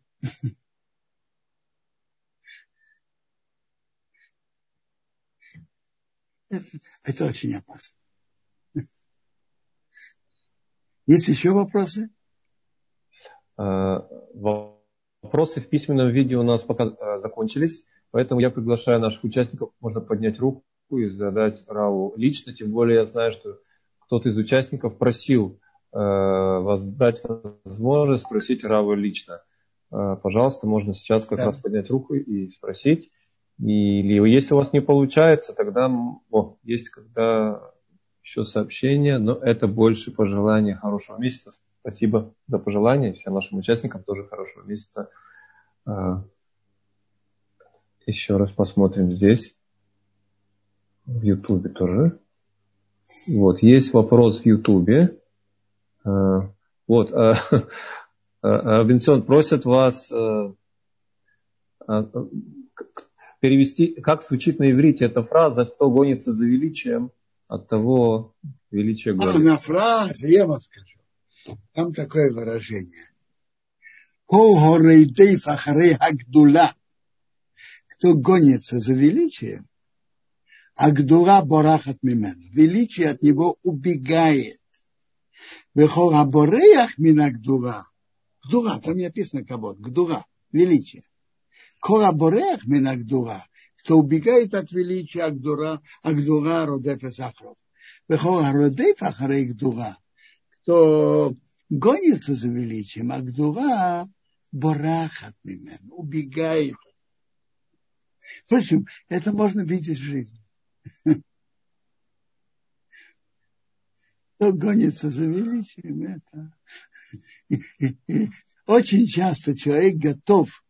Это очень опасно. Есть еще вопросы? Вопросы в письменном виде у нас пока закончились, поэтому я приглашаю наших участников, можно поднять руку и задать Раву лично, тем более я знаю, что кто-то из участников просил вас дать возможность спросить Раву лично. Пожалуйста, можно сейчас как раз поднять руку и спросить. Или если у вас не получается, тогда есть когда еще сообщение, но это больше пожелания хорошего месяца. Спасибо за пожелания. Всем нашим участникам тоже хорошего месяца. Еще раз посмотрим здесь. В Ютубе тоже. Вот, есть вопрос в Ютубе. Вот, Робинсон, просят вас перевести, как звучит на иврите эта фраза: кто гонится за величием, от того величие гордости. На фразе я вам скажу. Там такое выражение. Кто гонится за величием, агдура борахат мимену. Величие от него убегает. Вехора бореях минагдура. Гдура, там не написано кого-то. Гдура, величие. Кора бореях минагдура. Кто убегает от величия, агдура родеф эсахров. Вехора родеф ахарей гдура. Кто гонится за величием, агдура борахат мимену. Убегает. Впрочем, это можно видеть в жизни. Кто гонится за величием, это... И очень часто человек готов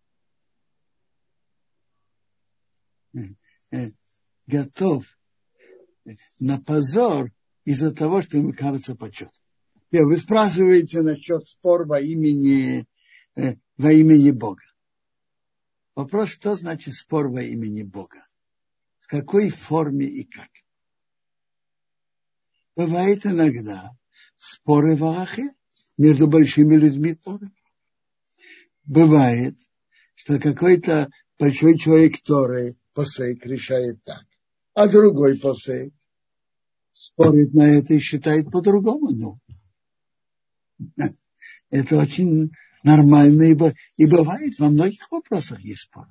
на позор из-за того, что ему кажется почет. Вы спрашиваете насчет спора во имени Бога. Вопрос, что значит спор во имени Бога? В какой форме и как? Бывает иногда споры в Алахе между большими людьми Торы. Бывает, что какой-то большой человек Торы, посейк, решает так, а другой посейк спорит на это и считает по-другому. Это очень нормально, и бывает во многих вопросах есть спор.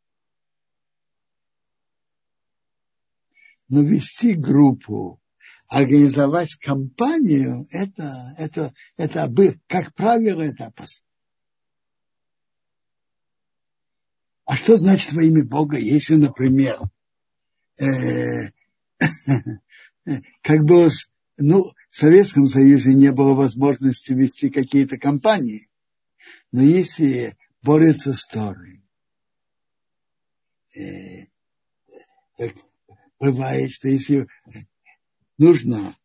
Но вести группу, организовать компанию, это как правило, это опасно. А что значит во имя Бога, если, например, как бы в Советском Союзе не было возможности вести какие-то компании, но если борются с Торой, так бывает, что если нужно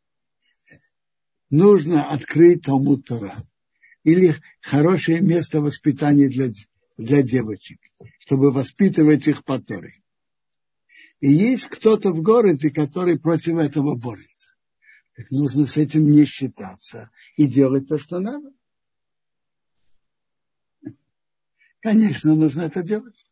открыть Талмуд Тора или хорошее место воспитания для девочек, чтобы воспитывать их по Торе. И есть кто-то в городе, который против этого борется. Так нужно с этим не считаться и делать то, что надо. Конечно, нужно это делать.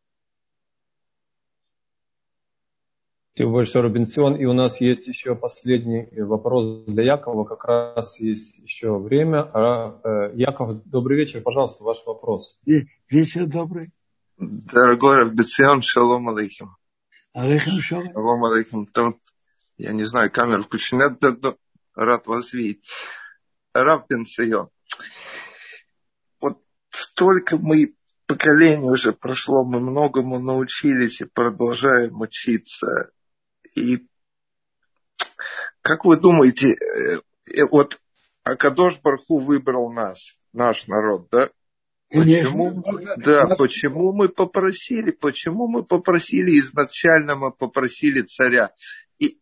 Спасибо большое, Робинсон. И у нас есть еще последний вопрос для Якова. Как раз есть еще время. Яков, добрый вечер. Пожалуйста, ваш вопрос. Вечер добрый. Дорогой Робинсон, шалом алейхим. Алейхим шалом. Шалом алейхим. Там, я не знаю, камера включена. Рад вас видеть. Робинсон. Вот столько мы поколений уже прошло, мы многому научились и продолжаем учиться. И как вы думаете, вот Акадош Барху выбрал нас, наш народ, да? Почему? Да, почему мы попросили изначально мы попросили царя. И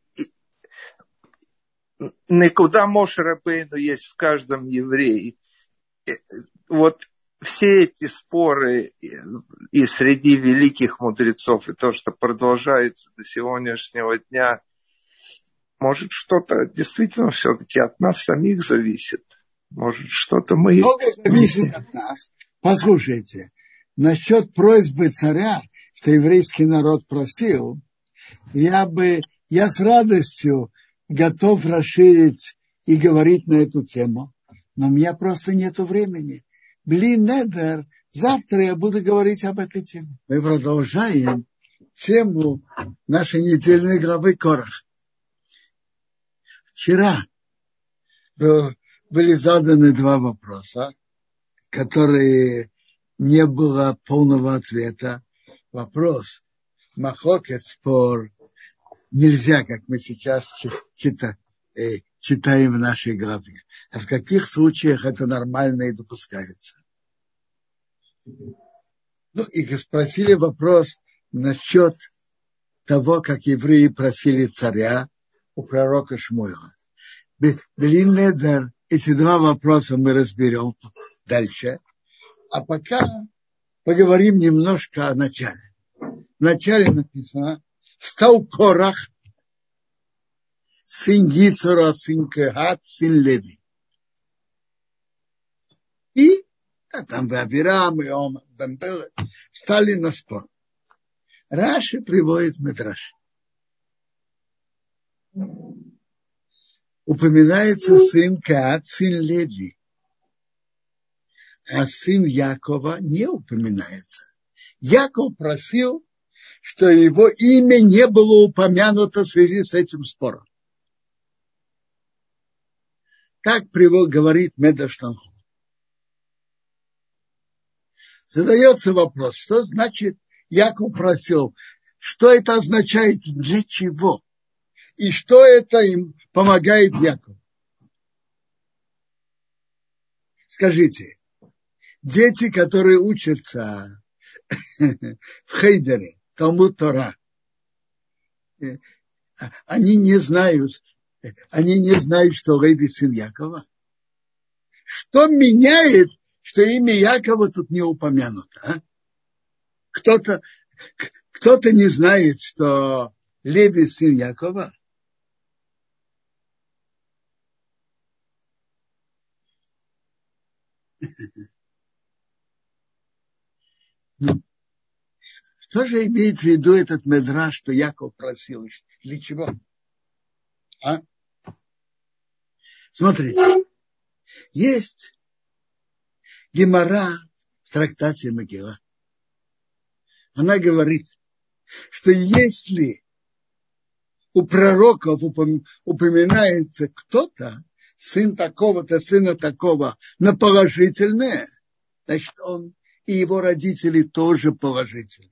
никуда Моше Рабейну есть в каждом еврее. Вот все эти споры и среди великих мудрецов, и то, что продолжается до сегодняшнего дня, может, что-то действительно все-таки от нас самих зависит. Может, что-то мы... Много зависит от нас. Послушайте, насчет просьбы царя, что еврейский народ просил, я с радостью готов расширить и говорить на эту тему, но у меня просто нету времени. Недер, завтра я буду говорить об этой теме. Мы продолжаем тему нашей недельной главы Корах. Вчера были заданы два вопроса, которые не было полного ответа. Вопрос, махлокет, спор, нельзя, как мы сейчас читаем в нашей главе. А в каких случаях это нормально и допускается? И спросили вопрос насчет того, как евреи просили царя у пророка Шмуэла. Недер, эти два вопроса мы разберем дальше. А пока поговорим немножко о начале. В начале написано: встал Корах, сын Гицора, сын Кехат, сын Леви. И там Авирам и Бамбел встали на спор. Раши приводит Мидраш. Упоминается сын Кеат, сын Леви. А сын Якова не упоминается. Яков просил, что его имя не было упомянуто в связи с этим спором. Так говорит Медраш Танхум. Задается вопрос, что значит Яков просил, что это означает, для чего, и что это им помогает Якову. Скажите, дети, которые учатся в Хейдере, Талмуд Тора, они не знают, что Леви сын Якова. Что меняет, что имя Якова тут не упомянуто? кто-то не знает, что Леви сын Якова. Ну, что же имеет в виду этот медраж, что Яков просил? Для чего? А? Смотрите, есть Гемара в трактате Мегила. Она говорит, что если у пророков упоминается кто-то, сын такого-то, сына такого, на положительное, значит, он и его родители тоже положительные.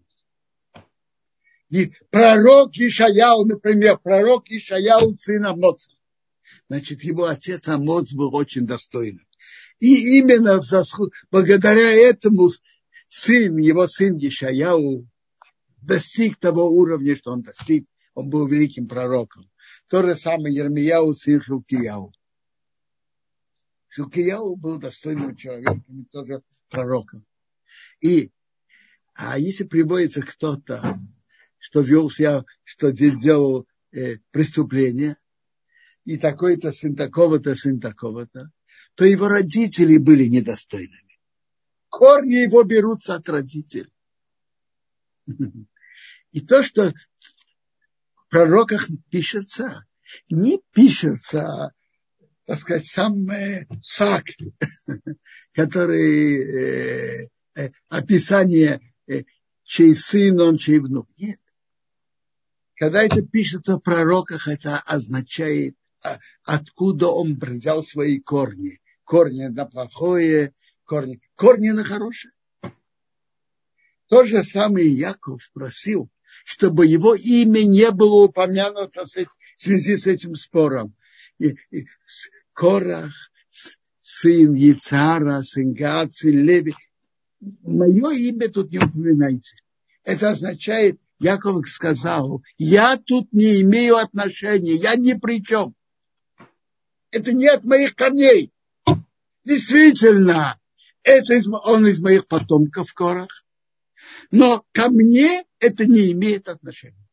И пророк Ишаяу, например, пророк Ишаяу, сын Амоца, значит, его отец Амоц был очень достойным. И именно благодаря этому его сын Ишаяу достиг того уровня, что он достиг. Он был великим пророком. То же самое Ермияу, сын Хилкияу. Хилкияу был достойным человеком и тоже пророком. А если приводится кто-то, что вел себя, что делал преступление, и такой-то сын такого-то, то его родители были недостойными. Корни его берутся от родителей. И то, что в пророках пишется, не пишется, так сказать, сам факт, который описание, чей сын он, чей внук. Нет. Когда это пишется в пророках, это означает, откуда он взял свои корни. Корни на плохое, корни на хорошее. То же самое Яков просил, чтобы его имя не было упомянуто в связи с этим спором. Корах, сын Яцара, сын Гад, сын Леви. Мое имя тут не упоминайте. Это означает, Яков сказал, я тут не имею отношения, я ни при чем. Это не от моих корней. Действительно, он из моих потомков Корах. Но ко мне это не имеет отношения.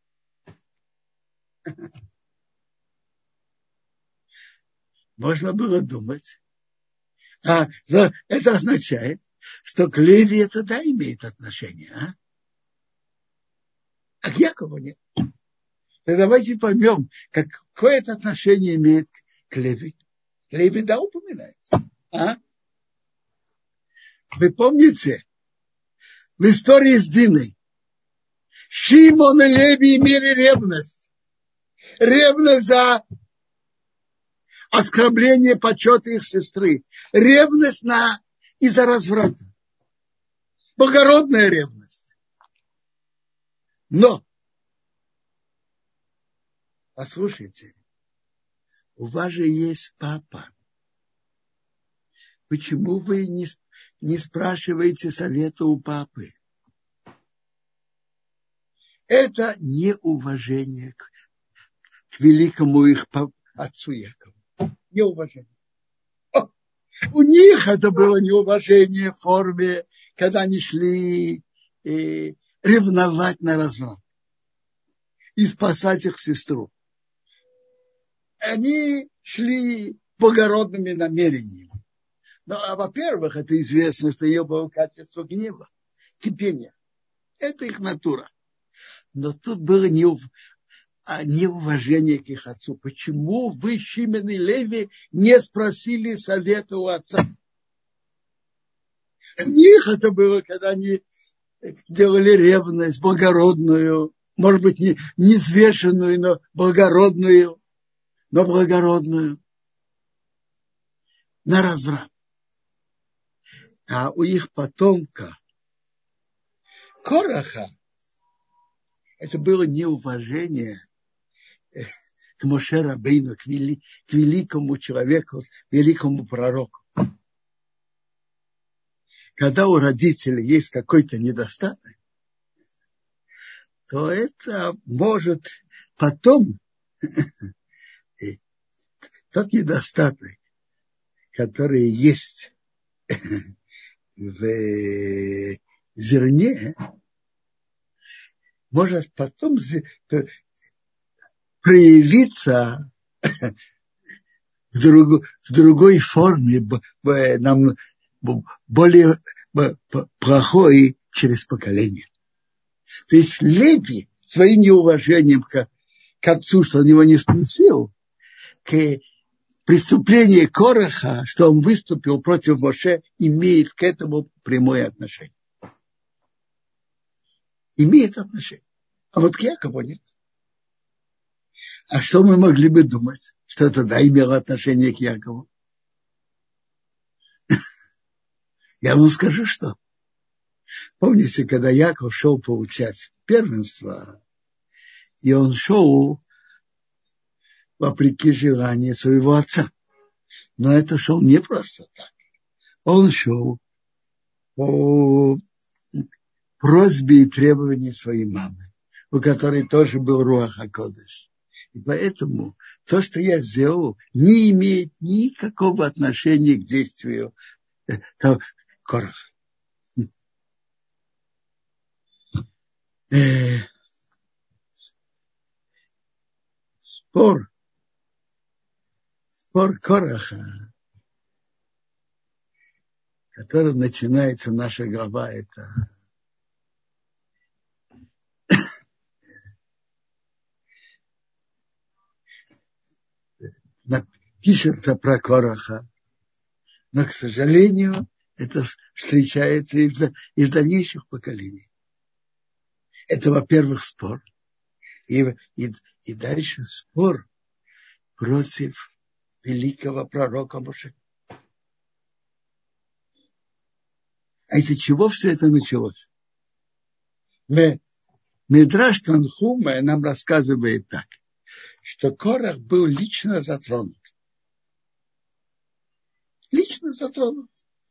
Можно было думать. Это означает, что к Леви это да имеет отношение. А к Якову нет. И давайте поймем, какое это отношение имеет к Леви. Леви да упоминается. Вы помните, в истории с Диной Шимон и Леви имели ревность. Ревность за оскорбление почета их сестры. Ревность из-за разврата. Благородная ревность. Но, послушайте, у вас же есть папа. Почему вы не спрашиваете совета у папы? Это неуважение к великому их отцу Якову. Неуважение. У них это было неуважение в форме, когда они шли ревновать на разврат и спасать их сестру. Они шли благородными намерениями. Во-первых, это известно, что ее было качество гнева, кипения. Это их натура. Но тут было неуважение к их отцу. Почему вы, Шимон и Леви, не спросили совета у отца? У них это было, когда они делали ревность благородную, может быть, не взвешенную, но благородную, на разврат. А у их потомка Кораха это было неуважение к Моше Рабейну, к великому человеку, великому пророку. Когда у родителей есть какой-то недостаток, то это может потом тот недостаток, который есть в зерне, может потом проявиться в другой форме, нам более плохой через поколение. То есть Леви своим неуважением к отцу, что он его не спросил, к преступлению Кораха, что он выступил против Моше, имеет к этому прямое отношение. Имеет отношение. А вот к Якову нет. А что мы могли бы думать, что тогда имело отношение к Якову? Я вам скажу, что. Помните, когда Яков шел получать первенство, и он шел вопреки желанию своего отца. Но это шел не просто так. Он шел по просьбе и требованию своей мамы, у которой тоже был Руах ха-Кодеш. И поэтому то, что я сделал, не имеет никакого отношения к действию Кораха. Спор Кораха, которым начинается наша глава, это пишется про Кораха, но, к сожалению, это встречается и в дальнейших поколениях. Это, во-первых, спор. И дальше спор против великого пророка Моше. А из-за чего все это началось? Мидраш Танхума нам рассказывает так, что Корах был лично затронут. Лично затронут.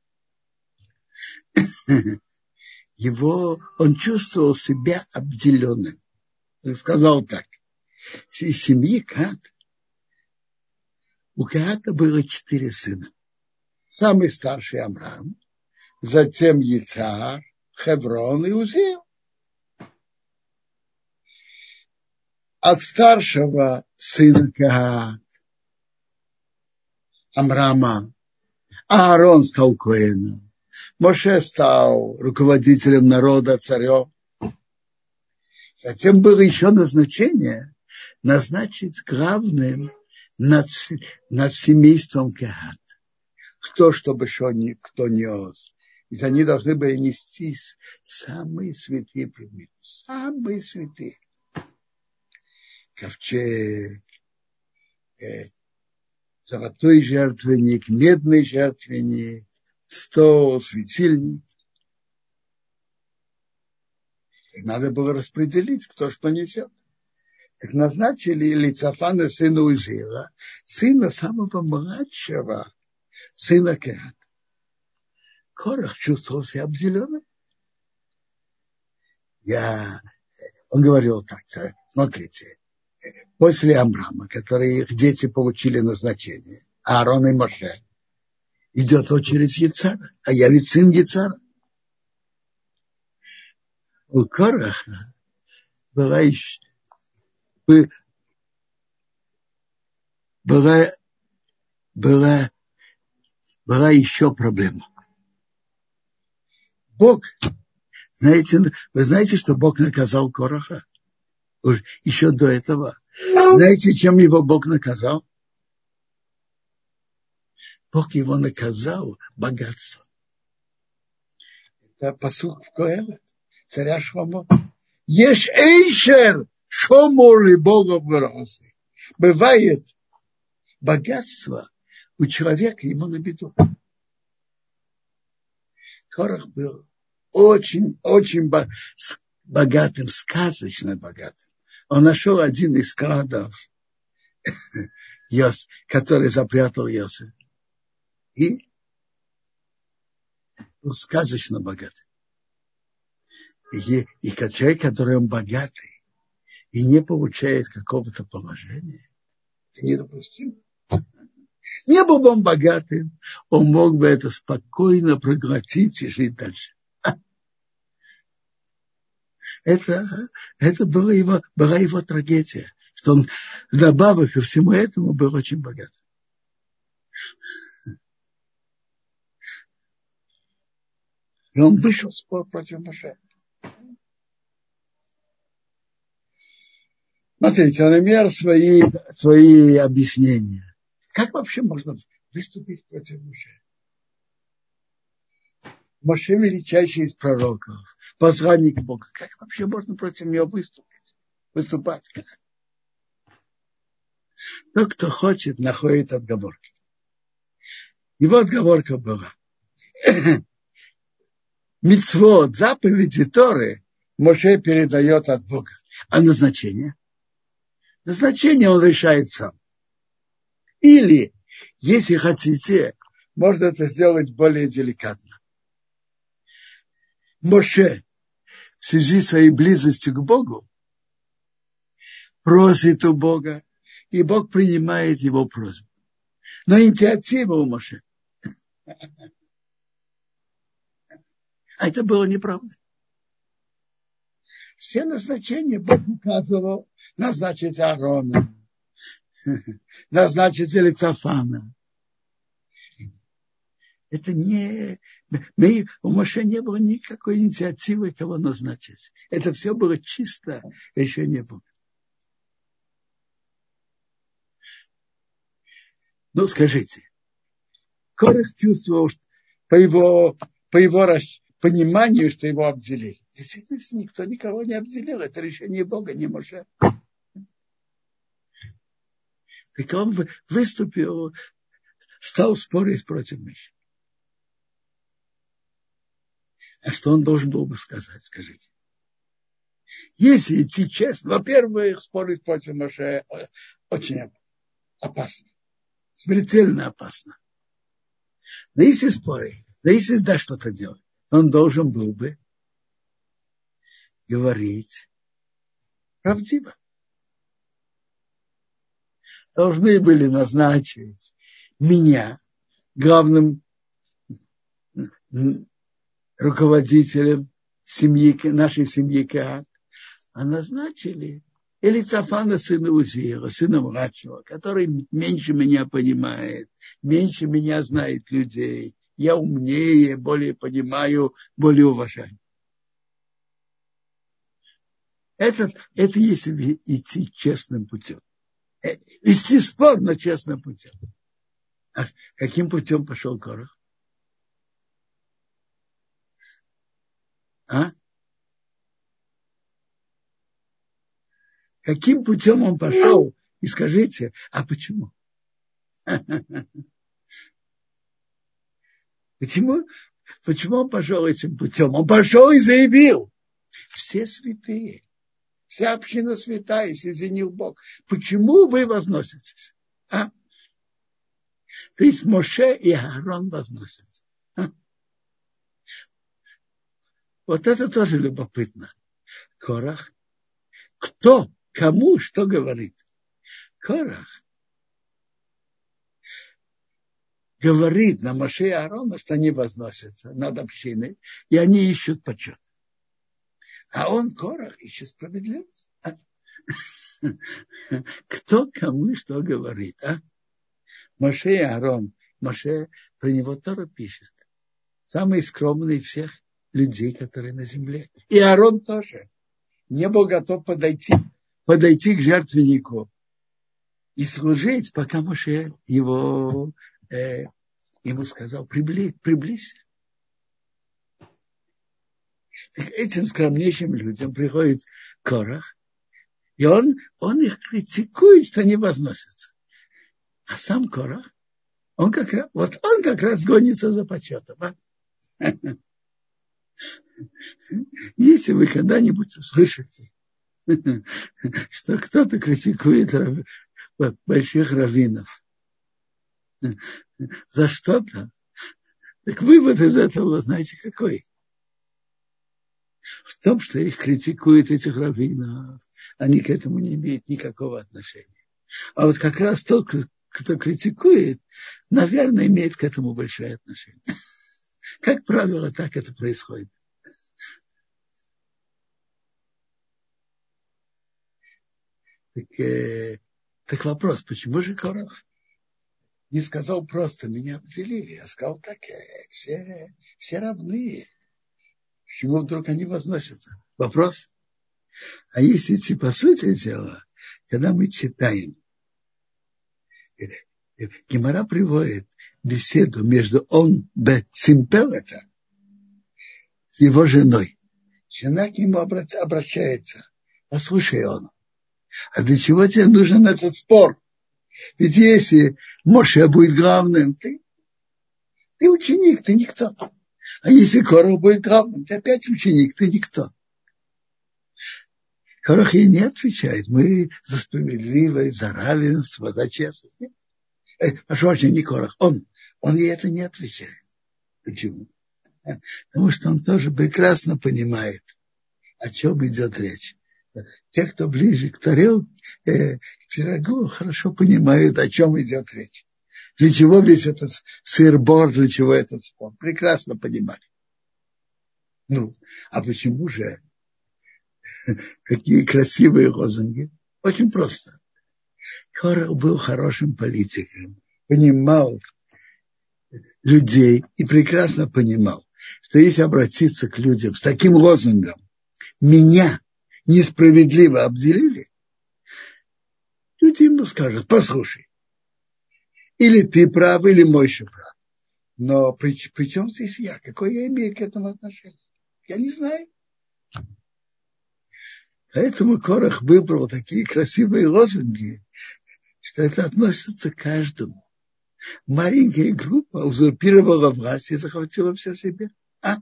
Он чувствовал себя обделенным. Он сказал так. Из семьи Кат у Каата было 4 сына. Самый старший Амрам, затем Яцар, Хеврон и Узиэл. От старшего сына Каат, Амрама, Аарон стал коэном. Моше стал руководителем народа, царем. Затем было еще назначение назначить главным над семейством Каат. Чтобы кто нес. Ведь они должны были нести самые святые предметы. Самые святые. Ковчег, золотой жертвенник, медный жертвенник, стол, светильник. И надо было распределить, кто что несет. Так назначили Элицафана, сына Узиэла, сына самого младшего, сына Каата. Корах чувствовал себя обделенным. Он говорил так, смотрите, после Амрама, которые их дети получили назначение, Аарон и Моше, идет очередь Яцара, а я ведь сын Яцара. У Кораха была еще проблема. Бог, вы знаете, что Бог наказал Кораха? Еще до этого. Знаете, чем его Бог наказал? Бог его наказал богатством. Это пасук в Коэлет, царя Шломо. Еш эйшер шомор ли Бога вырос. Бывает богатство у человека ему на беду. Корах был очень богатым, сказочно богатым. Он нашел один из кладов, который запрятал Йосеф. И был сказочно богатый. И человек, который он богатый, и не получает какого-то положения, это недопустимо. Не был бы он богатым, он мог бы это спокойно проглотить и жить дальше. Это была его трагедия, что он вдобавок ко всему этому был очень богат. И он вышел в спор против Моше. Смотрите, он имел свои объяснения. Как вообще можно выступить против Моше? Моше величайший из пророков, посланник Бога. Как вообще можно против него выступать? Как? Тот, кто хочет, находит отговорки. Его отговорка была. Мицвот, заповеди Торы Моше передает от Бога. А назначение? Назначение он решает сам. Или, если хотите, можно это сделать более деликатно. Моше в связи с своей близостью к Богу просит у Бога, и Бог принимает его просьбу. Но инициатива у Моше. А это было неправда. Все назначения Бог указывал назначить Аарона, назначить Элицафана. Это не... У Моше не было никакой инициативы, кого назначить. Это все было чисто решение Бога. Ну, скажите, Корах чувствовал, что по его пониманию, что его обделили. Действительно, никто никого не обделил. Это решение Бога, не Моше. Так он выступил, стал спорить против Моше. А что он должен был бы сказать, скажите? Если идти честно, во-первых, спорить против Моше очень опасно. Смертельно опасно. Но если спорить, да если что-то делать, он должен был бы говорить правдиво. Должны были назначить меня главным руководителем семьи, нашей семьи Кеат, а назначили Элицафана, сына Узиила, сына младшего, который меньше меня понимает, меньше меня знает людей. Я умнее, более понимаю, более уважаю. Это если идти честным путем. Вести спор, но честным путем. А каким путем пошел Корах? А? Каким путем он пошел? И скажите, а почему? Почему он пошел этим путем? Он пошел и заявил. Все святые, вся община святая, соединил Бог. Почему вы возноситесь? А? То есть Моше и Аарон возносятся. А? Вот это тоже любопытно. Корах. Кто кому что говорит? Корах говорит на Моше и Аарона, что они возносятся над общиной, и они ищут почет. А он, Корах, ищет справедливость. Кто кому что говорит? А? Моше и Аарон. Моше, про него Тора пишет. Самый скромный из всех людей, которые на земле. И Аарон тоже. Не был готов подойти к жертвеннику и служить, пока Моше ему сказал, приблизься. Этим скромнейшим людям приходит Корах, и он их критикует, что они возносятся. А сам Корах, он как раз гонится за почетом. А? Если вы когда-нибудь услышите, что кто-то критикует больших раввинов за что-то, так вывод из этого, знаете, какой? В том, что их критикуют, этих раввинов, они к этому не имеют никакого отношения. А вот как раз тот, кто критикует, наверное, имеет к этому большое отношение. Как правило, так это происходит. Так вопрос, почему же Корах не сказал просто, меня обделили, а сказал так, все равны. Почему вдруг они возносятся? Вопрос. А если идти по сути дела, когда мы читаем, Гемара приводит беседу между Цимпелета с его женой. Жена к нему обращается. Послушай, он, а для чего тебе нужен этот спор? Ведь если Моше будет главным, ты ученик, ты никто. А если Корах будет главным, ты опять ученик, ты никто. Корах ей не отвечает. Мы за справедливость, за равенство, за честность. А что вообще не Корах? Он ей это не отвечает. Почему? Потому что он тоже прекрасно понимает, о чем идет речь. Те, кто ближе к тарелке, к пирогу, хорошо понимают, о чем идет речь. Для чего весь этот сыр-бор, для чего этот спор. Прекрасно понимали. А почему же какие красивые лозунги? Очень просто. Корах был хорошим политиком, понимал людей и прекрасно понимал, что если обратиться к людям с таким лозунгом «меня несправедливо обделили», люди ему скажут: послушай, или ты прав, или Мойша прав. Но при чем здесь я? Какое я имею к этому отношение? Я не знаю. Поэтому Корах выбрал такие красивые лозунги, что это относится к каждому. Маленькая группа узурпировала власть и захватила все себе.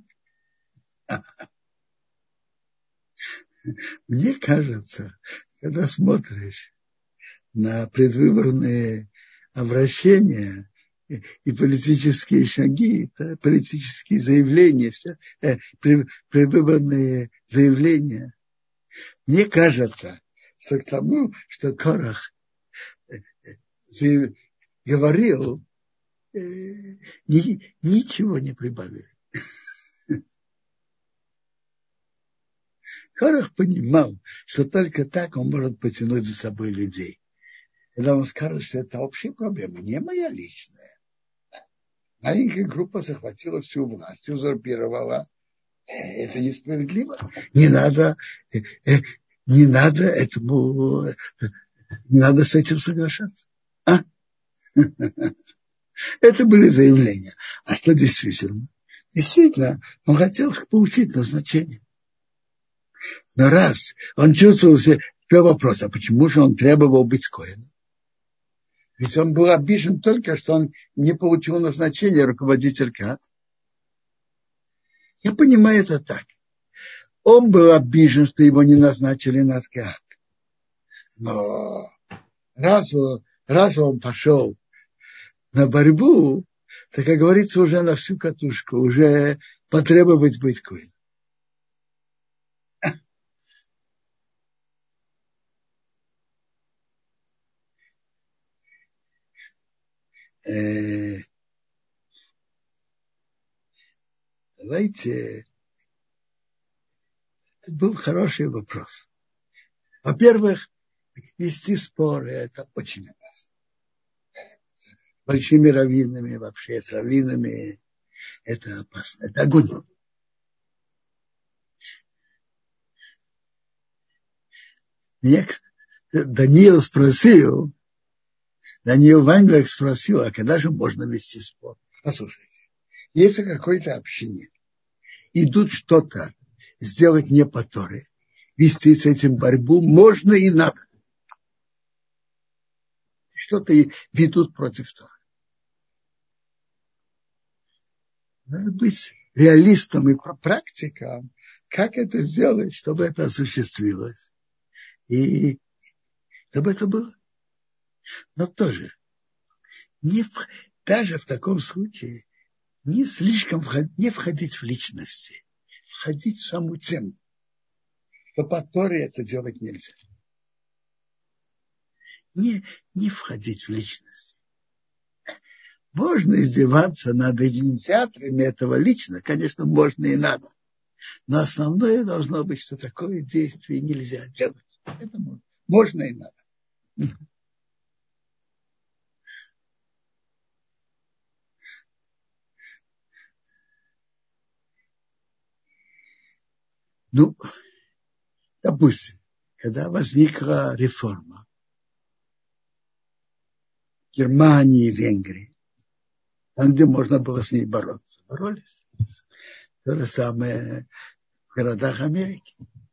Мне кажется, когда смотришь на предвыборные обращения и политические шаги, политические заявления, все, предвыборные заявления, мне кажется, что к тому, что Корах говорил, ничего не прибавили. Корах понимал, что только так он может потянуть за собой людей. Когда он скажет, что это общая проблема, не моя личная. Маленькая группа захватила всю власть, узурпировала. Это несправедливо. Не надо с этим соглашаться. Это были заявления. А что действительно? Действительно, он хотел получить назначение. Но раз он чувствовал себя... Первый вопрос, а почему же он требовал быть коэном? Ведь он был обижен только, что он не получил назначение руководитель Кат. Я понимаю это так. Он был обижен, что его не назначили над Кат. Но раз он пошел на борьбу, так, как говорится, уже на всю катушку, уже потребовать быть коэном. Давайте, это был хороший вопрос. Во-первых, вести споры – это очень опасно. С большими раввинами, вообще с раввинами – это опасно, это огонь. Даниил Вайнберг спросил, а когда же можно вести спор? Послушайте, если какой-то общине идут что-то сделать не по Торе, вести с этим борьбу можно и надо. Что-то ведут против Торы. Надо быть реалистом и практиком, как это сделать, чтобы это осуществилось. И чтобы это было. Но тоже, даже в таком случае, не слишком не входить в личности, входить в саму тему. Что по Торе это делать нельзя. Не входить в личность. Можно издеваться над инициаторами этого лично, конечно, можно и надо. Но основное должно быть, что такое действие нельзя делать. Это можно и надо. Ну, допустим, когда возникла реформа Германии и Венгрии, там, где можно было с ней бороться, боролись. То же самое в городах Америки.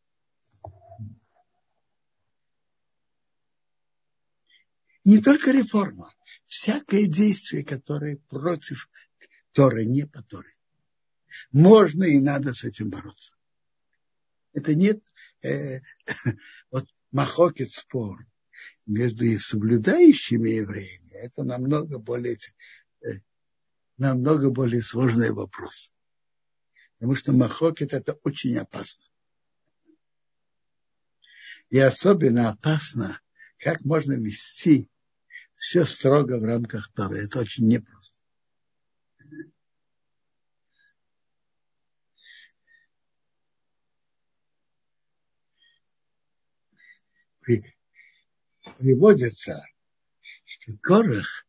Не только реформа, всякое действие, которое против Торы, не по Торе. Можно и надо с этим бороться. Это нет вот махокет спор между соблюдающими евреями. Это намного более сложный вопрос. Потому что махокет это очень опасно. И особенно опасно, как можно вести все строго в рамках Торы. Это очень непросто. Приводится, что Корах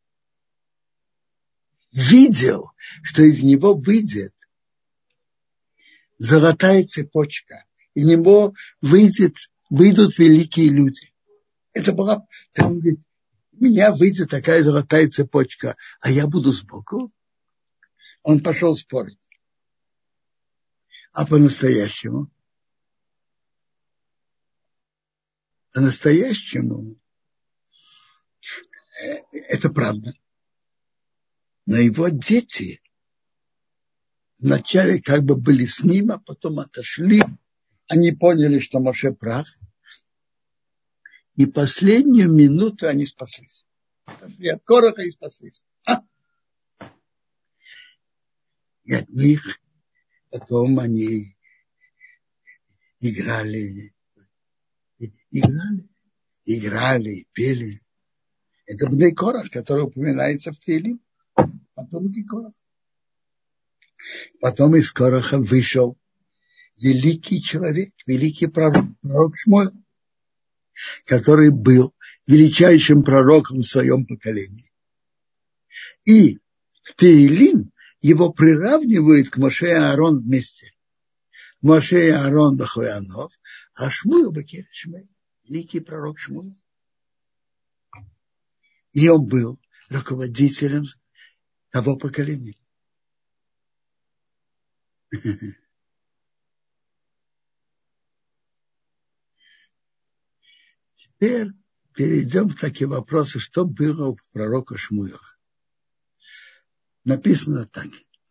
видел, что из него выйдет золотая цепочка. Из него выйдут великие люди. Это была, он говорит, у меня выйдет такая золотая цепочка, а я буду сбоку. Он пошел спорить. А по-настоящему это правда. Но его дети вначале как бы были с ним, а потом отошли. Они поняли, что Моше прав. И последнюю минуту они спаслись. Отошли от Кораха и спаслись. И от них потом они играли, пели. Это Бней Корах, который упоминается в Теилим. Потомки Кораха. Потом из Кораха вышел великий человек, великий пророк Шмуэл, который был величайшим пророком в своем поколении. И в Теилим его приравнивают к Моше и Аарон вместе. Моше и Аарон Бахуянов, а Шмуэл Бакер Шмуэл, великий пророк Шмуэл. И он был руководителем того поколения. Теперь перейдем к таким вопросам, что было у пророка Шмуэла. Написано так.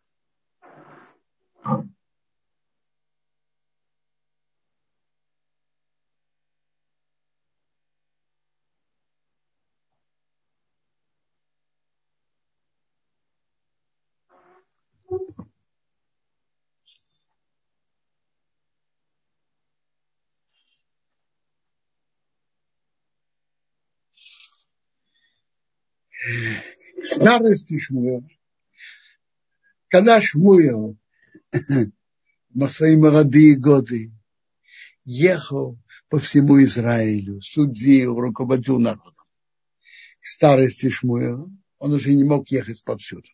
Старости Шмуэла. Когда Шмуэл в свои молодые годы ехал по всему Израилю, судил, руководил народом. К старости Шмуэла он уже не мог ехать повсюду.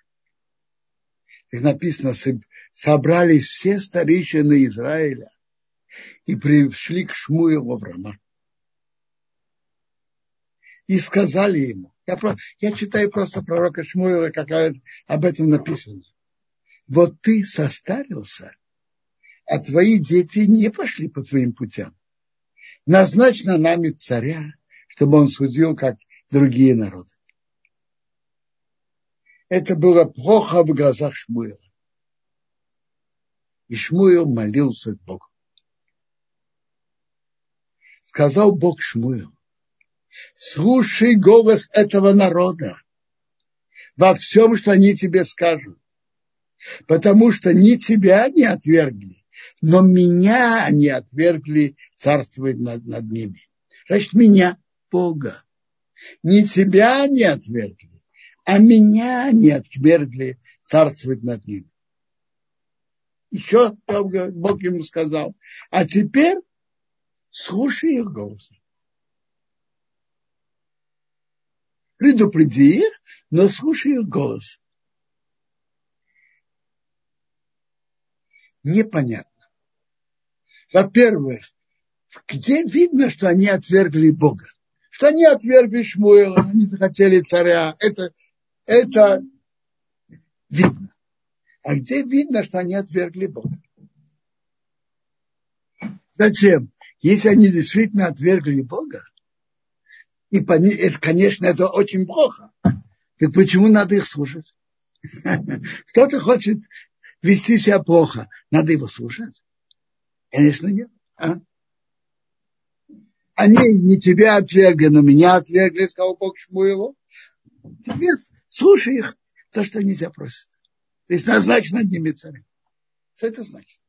Как написано, собрались все старейшины Израиля и пришли к Шмуэлу в Рама. И сказали ему, я читаю просто пророка Шмуэла, как об этом написано. Вот ты состарился, а твои дети не пошли по твоим путям. Назначь на нами царя, чтобы он судил, как другие народы. Это было плохо в глазах Шмуэла. И Шмуэл молился к Богу. Сказал Бог Шмуэлу: слушай голос этого народа во всем, что они тебе скажут. Потому что ни тебя не отвергли, но меня они отвергли царствовать над ними. Значит, меня, Бога. Не тебя не отвергли, а меня не отвергли царствовать над ними. Еще Бог ему сказал: а теперь слушай их голос. Предупреди их, но слушай их голос. Непонятно. Во-первых, где видно, что они отвергли Бога? Что они отвергли Шмуэла, они захотели царя. Это видно. А где видно, что они отвергли Бога? Зачем? Если они действительно отвергли Бога, конечно, это очень плохо. Так почему надо их слушать? Кто-то хочет вести себя плохо. Надо его слушать? Конечно, нет. Они не тебя отвергли, но меня отвергли, сказал Бог Шмуэлу. Теперь слушай их, то, что они тебя просят. То есть назначь над ними царя. Что это значит?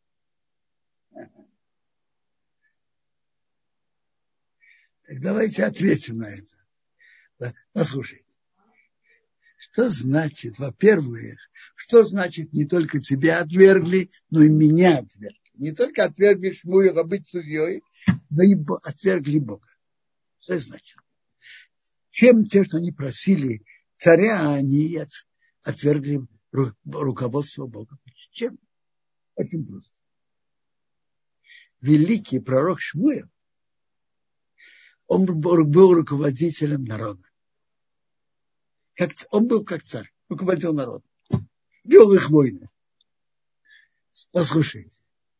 Так давайте ответим на это. Послушайте. Что значит, во-первых, что значит не только тебя отвергли, но и меня отвергли? Не только отвергли Шмуэла быть судьей, но и отвергли Бога. Что это значит? Чем те, что они просили царя, они отвергли руководство Бога? Чем? Очень просто. Великий пророк Шмуэл, он был руководителем народа. Он был как царь, руководил народом. Вел их войны. Послушайте.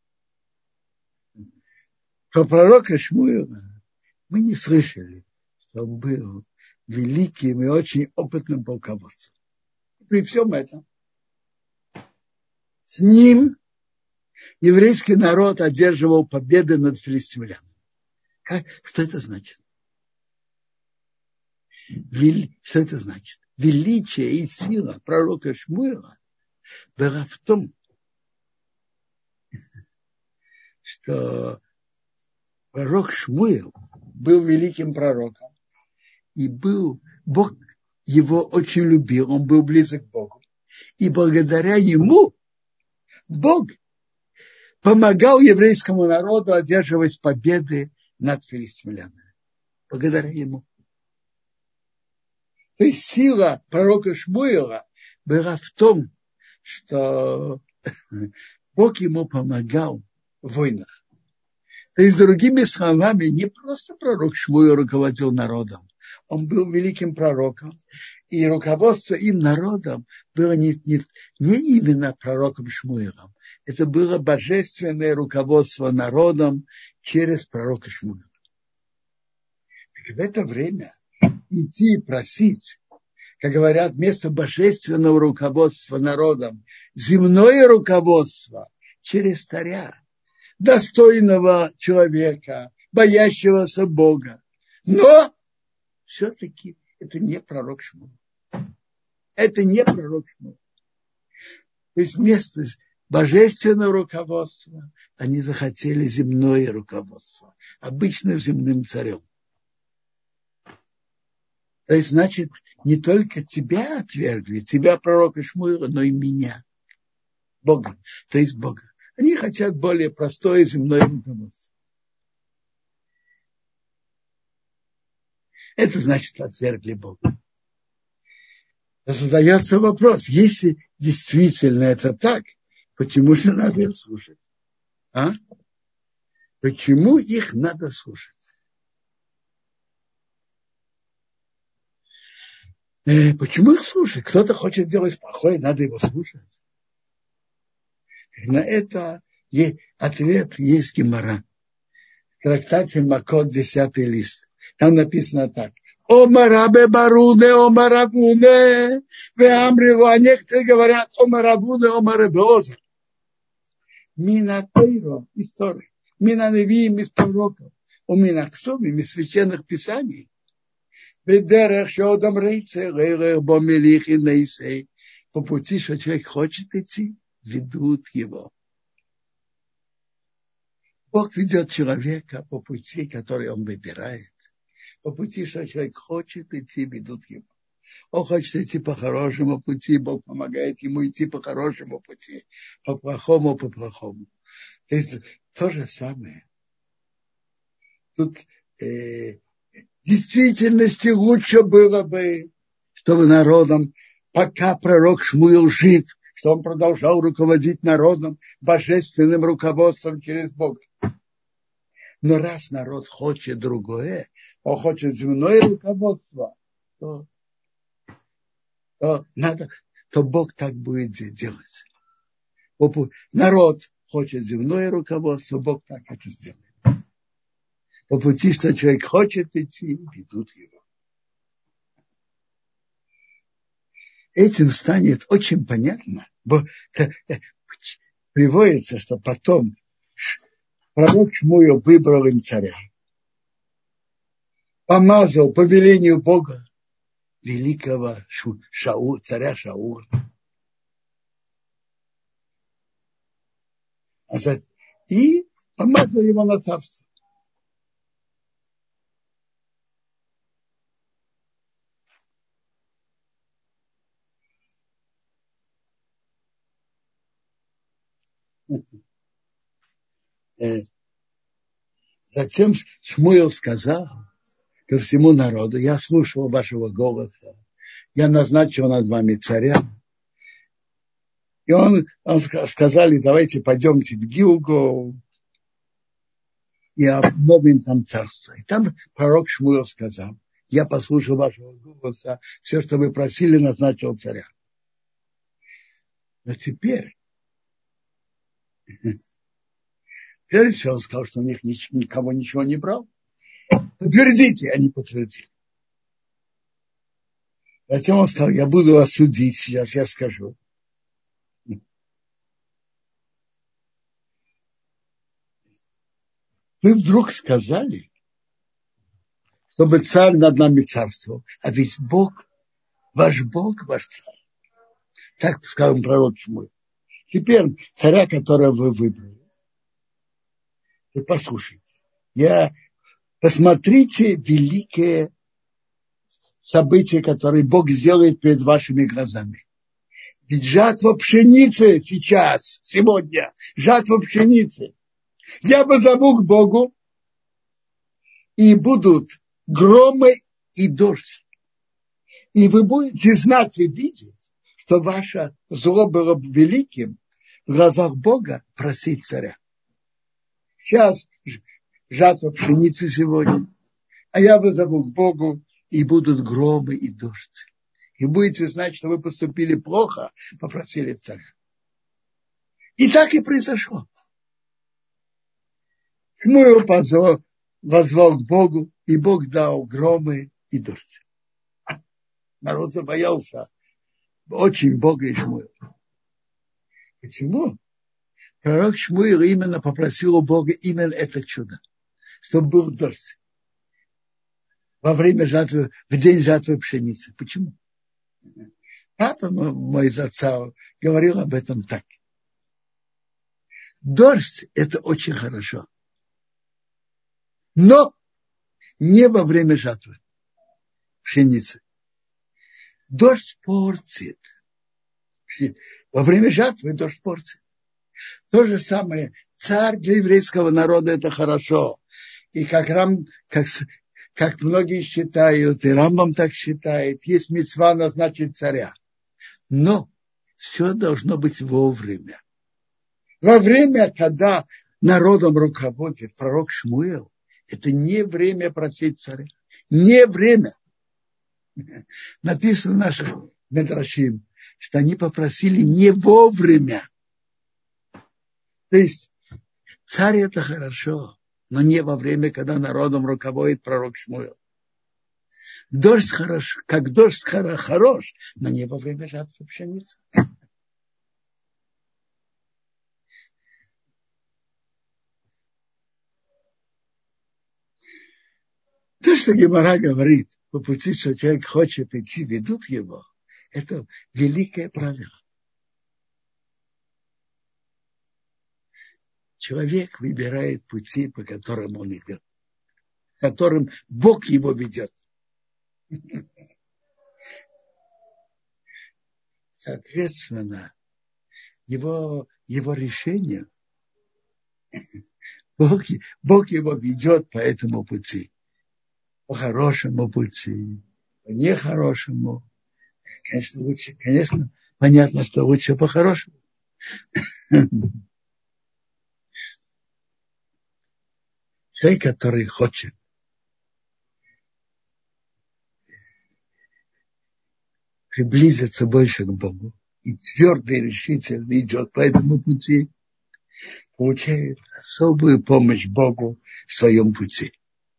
Про пророка Шмуэла мы не слышали, что он был великим и очень опытным полководцем. При всем этом с ним еврейский народ одерживал победы над филистимлянами. Что это значит? Что это значит? Величие и сила пророка Шмуэла была в том, что пророк Шмуэл был великим пророком, и Бог его очень любил, он был близок к Богу. И благодаря ему Бог помогал еврейскому народу одерживать победы над филистимлянами. Благодаря ему. То есть сила пророка Шмуэла была в том, что Бог ему помогал в войнах. То есть, другими словами, не просто пророк Шмуэл руководил народом, он был великим пророком, и руководство им народом было не именно пророком Шмуэлом, это было божественное руководство народом через пророка Шмуэла. В это время идти просить, как говорят, вместо божественного руководства народом, земное руководство через царя, достойного человека, боящегося Бога. Но все-таки это не пророк Шмуэл. Это не пророк Шмуэл. То есть вместо божественного руководства они захотели земное руководство, обычным земным царем. То есть, значит, не только тебя отвергли, тебя, пророка Шмуэла, но и меня, Бога, то есть Бога. Они хотят более простое земное руководство. Это значит, отвергли Бога. Задается вопрос, если действительно это так, почему же надо их слушать? Почему их надо слушать? Почему их слушать? Кто-то хочет делать плохое, надо его слушать. На это ответ есть Гемара. В трактате Макот, 10 лист. Там написано так. Омарабе баруне, омаравуне, веамрилу. А некоторые говорят омаравуне, омарабе озер. Мина Тойро, история. Мина Невиим, из пророков. У Мина Ксовим, из священных писаний. Бедерах шодам рейце, лейлер бомелих и нейсей. По пути, что человек хочет идти, ведут его. Бог ведет человека по пути, который он выбирает. По пути, что человек хочет идти, ведут его. Он хочет идти по хорошему пути, Бог помогает ему идти по хорошему пути, по плохому. То есть то же самое. Тут в действительности лучше было бы чтобы народом, пока пророк Шмуил жив, что он продолжал руководить народом божественным руководством через Бога. Но раз народ хочет другое, он хочет земное руководство, то Бог так будет делать. Народ хочет земное руководство, Бог так это сделает. По пути, что человек хочет идти, ведут его. Этим станет очень понятно, приводится, что потом пророк Шмуил выбрал им царя, помазал по велению Бога великого царя Шаула. И помазал его на царство. Затем Шмуил сказал ко всему народу: я слушал вашего голоса, я назначил над вами царя. И он сказали: давайте пойдемте в Гилгол и обновим там царство. И там пророк Шмуил сказал: я послушал вашего голоса, все, что вы просили, назначил царя. Но теперь, прежде всего, он сказал, что у них никого ничего не брал. Подтвердите, они подтвердили. Затем он сказал: я буду вас судить сейчас, я скажу. Вы вдруг сказали, чтобы царь над нами царствовал, а ведь Бог, ваш царь. Так сказал пророк Шмуил. Теперь царя, которого вы выбрали, вы послушайте, посмотрите великие события, которые Бог сделает перед вашими глазами. Ведь жатва пшеницы сегодня, жатва пшеницы. Я позову к Богу, и будут громы и дождь. И вы будете знать и видеть, что ваше зло было великим в глазах Бога просить царя. Сейчас жатва пшеницы сегодня, а я вызову к Богу, и будут громы и дождь. И будете знать, что вы поступили плохо, попросили царя. И так и произошло. Шмуил воззвал к Богу, и Бог дал громы и дождь. Народ забоялся очень Бога и Шмуила. Почему? Пророк Шмуил именно попросил у Бога именно это чудо, чтобы был дождь во время жатвы, в день жатвы пшеницы. Почему? Папа мой из отца говорил об этом так. Дождь – это очень хорошо. Но не во время жатвы пшеницы. Дождь портит. Во время жатвы дождь портит. То же самое. Царь для еврейского народа – это хорошо. И как многие считают, и Рамбам так считает, есть мицва назначить царя. Но все должно быть вовремя. Во время, когда народом руководит пророк Шмуил, это не время просить царя. Не время. Написано в наших Медрашим, что они попросили не вовремя. То есть царь это хорошо, но не во время, когда народом руководит пророк Шмуил. Дождь хорош, как дождь хорош, но не во время жатвы пшеницы. То, что Гемара говорит, по пути, что человек хочет идти, ведут его, это великое правило. Человек выбирает пути, по которым он идет, которым Бог его ведет. Соответственно, его решение, Бог его ведет по этому пути. По хорошему пути, по нехорошему. Конечно, лучше, конечно, понятно, что лучше по-хорошему. Человек, который хочет приблизиться больше к Богу и твердо и решительно идет по этому пути, получает особую помощь Богу в своем пути.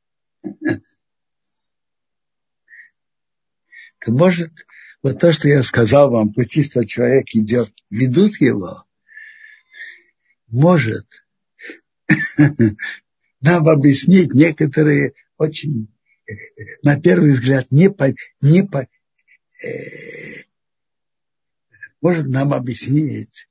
То может, вот то, что я сказал вам, пути, что человек идет, ведут его, может нам объяснить некоторые очень, на первый взгляд, может нам объяснить,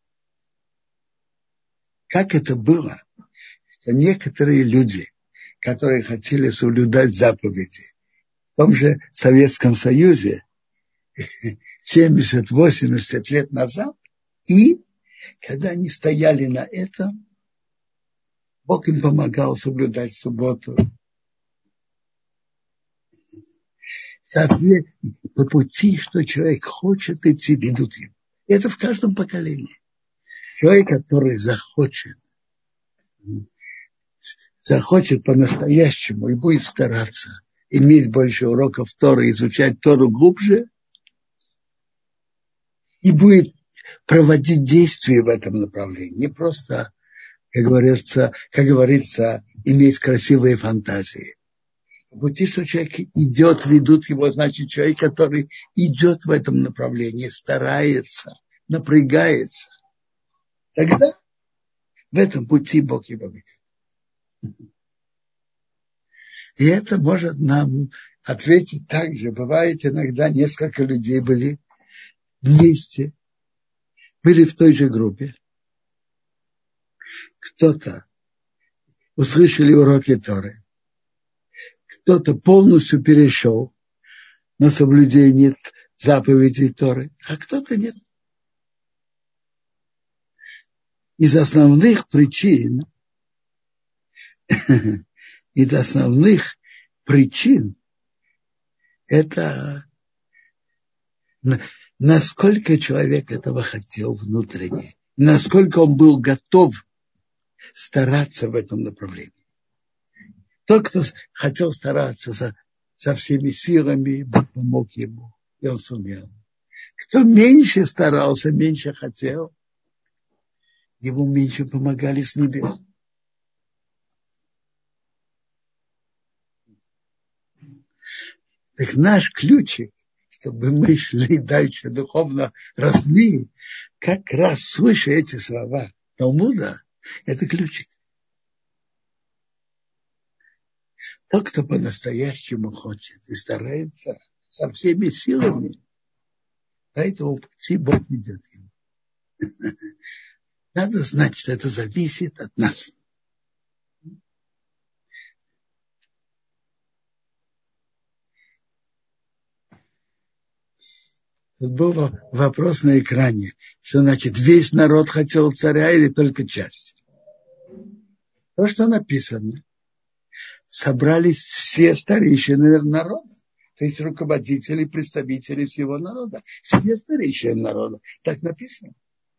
как это было, что некоторые люди, которые хотели соблюдать заповеди, в том же Советском Союзе 70-80 лет назад, и когда они стояли на этом, Бог им помогал соблюдать субботу. Соответственно, по пути, что человек хочет идти, ведут его. Это в каждом поколении. Человек, который захочет по-настоящему и будет стараться иметь больше уроков Торы, изучать Тору глубже, и будет проводить действия в этом направлении. Не просто, как говорится, иметь красивые фантазии. Пути, что человек идет, ведут его, значит, человек, который идет в этом направлении, старается, напрягается. Тогда в этом пути Бог его ведет. И это может нам ответить так же. Бывает, иногда несколько людей были вместе, были в той же группе. Кто-то услышали уроки Торы, кто-то полностью перешел на соблюдение заповедей Торы, а кто-то нет. Из основных причин это насколько человек этого хотел внутренне, насколько он был готов стараться в этом направлении. Тот, кто хотел стараться со всеми силами, Бог помог ему, и он сумел. Кто меньше старался, меньше хотел, ему меньше помогали с небес. Так наш ключик, чтобы мы шли дальше, духовно росли, как раз слыша эти слова Талмуда, это ключик. Тот, кто по-настоящему хочет и старается со всеми силами, по этому пути Бог ведет его. Надо знать, что это зависит от нас. Тут был вопрос на экране, что значит весь народ хотел царя или только часть. То, что написано. Собрались все старейшины народа, то есть руководители, представители всего народа. Все старейшины народа. Так написано.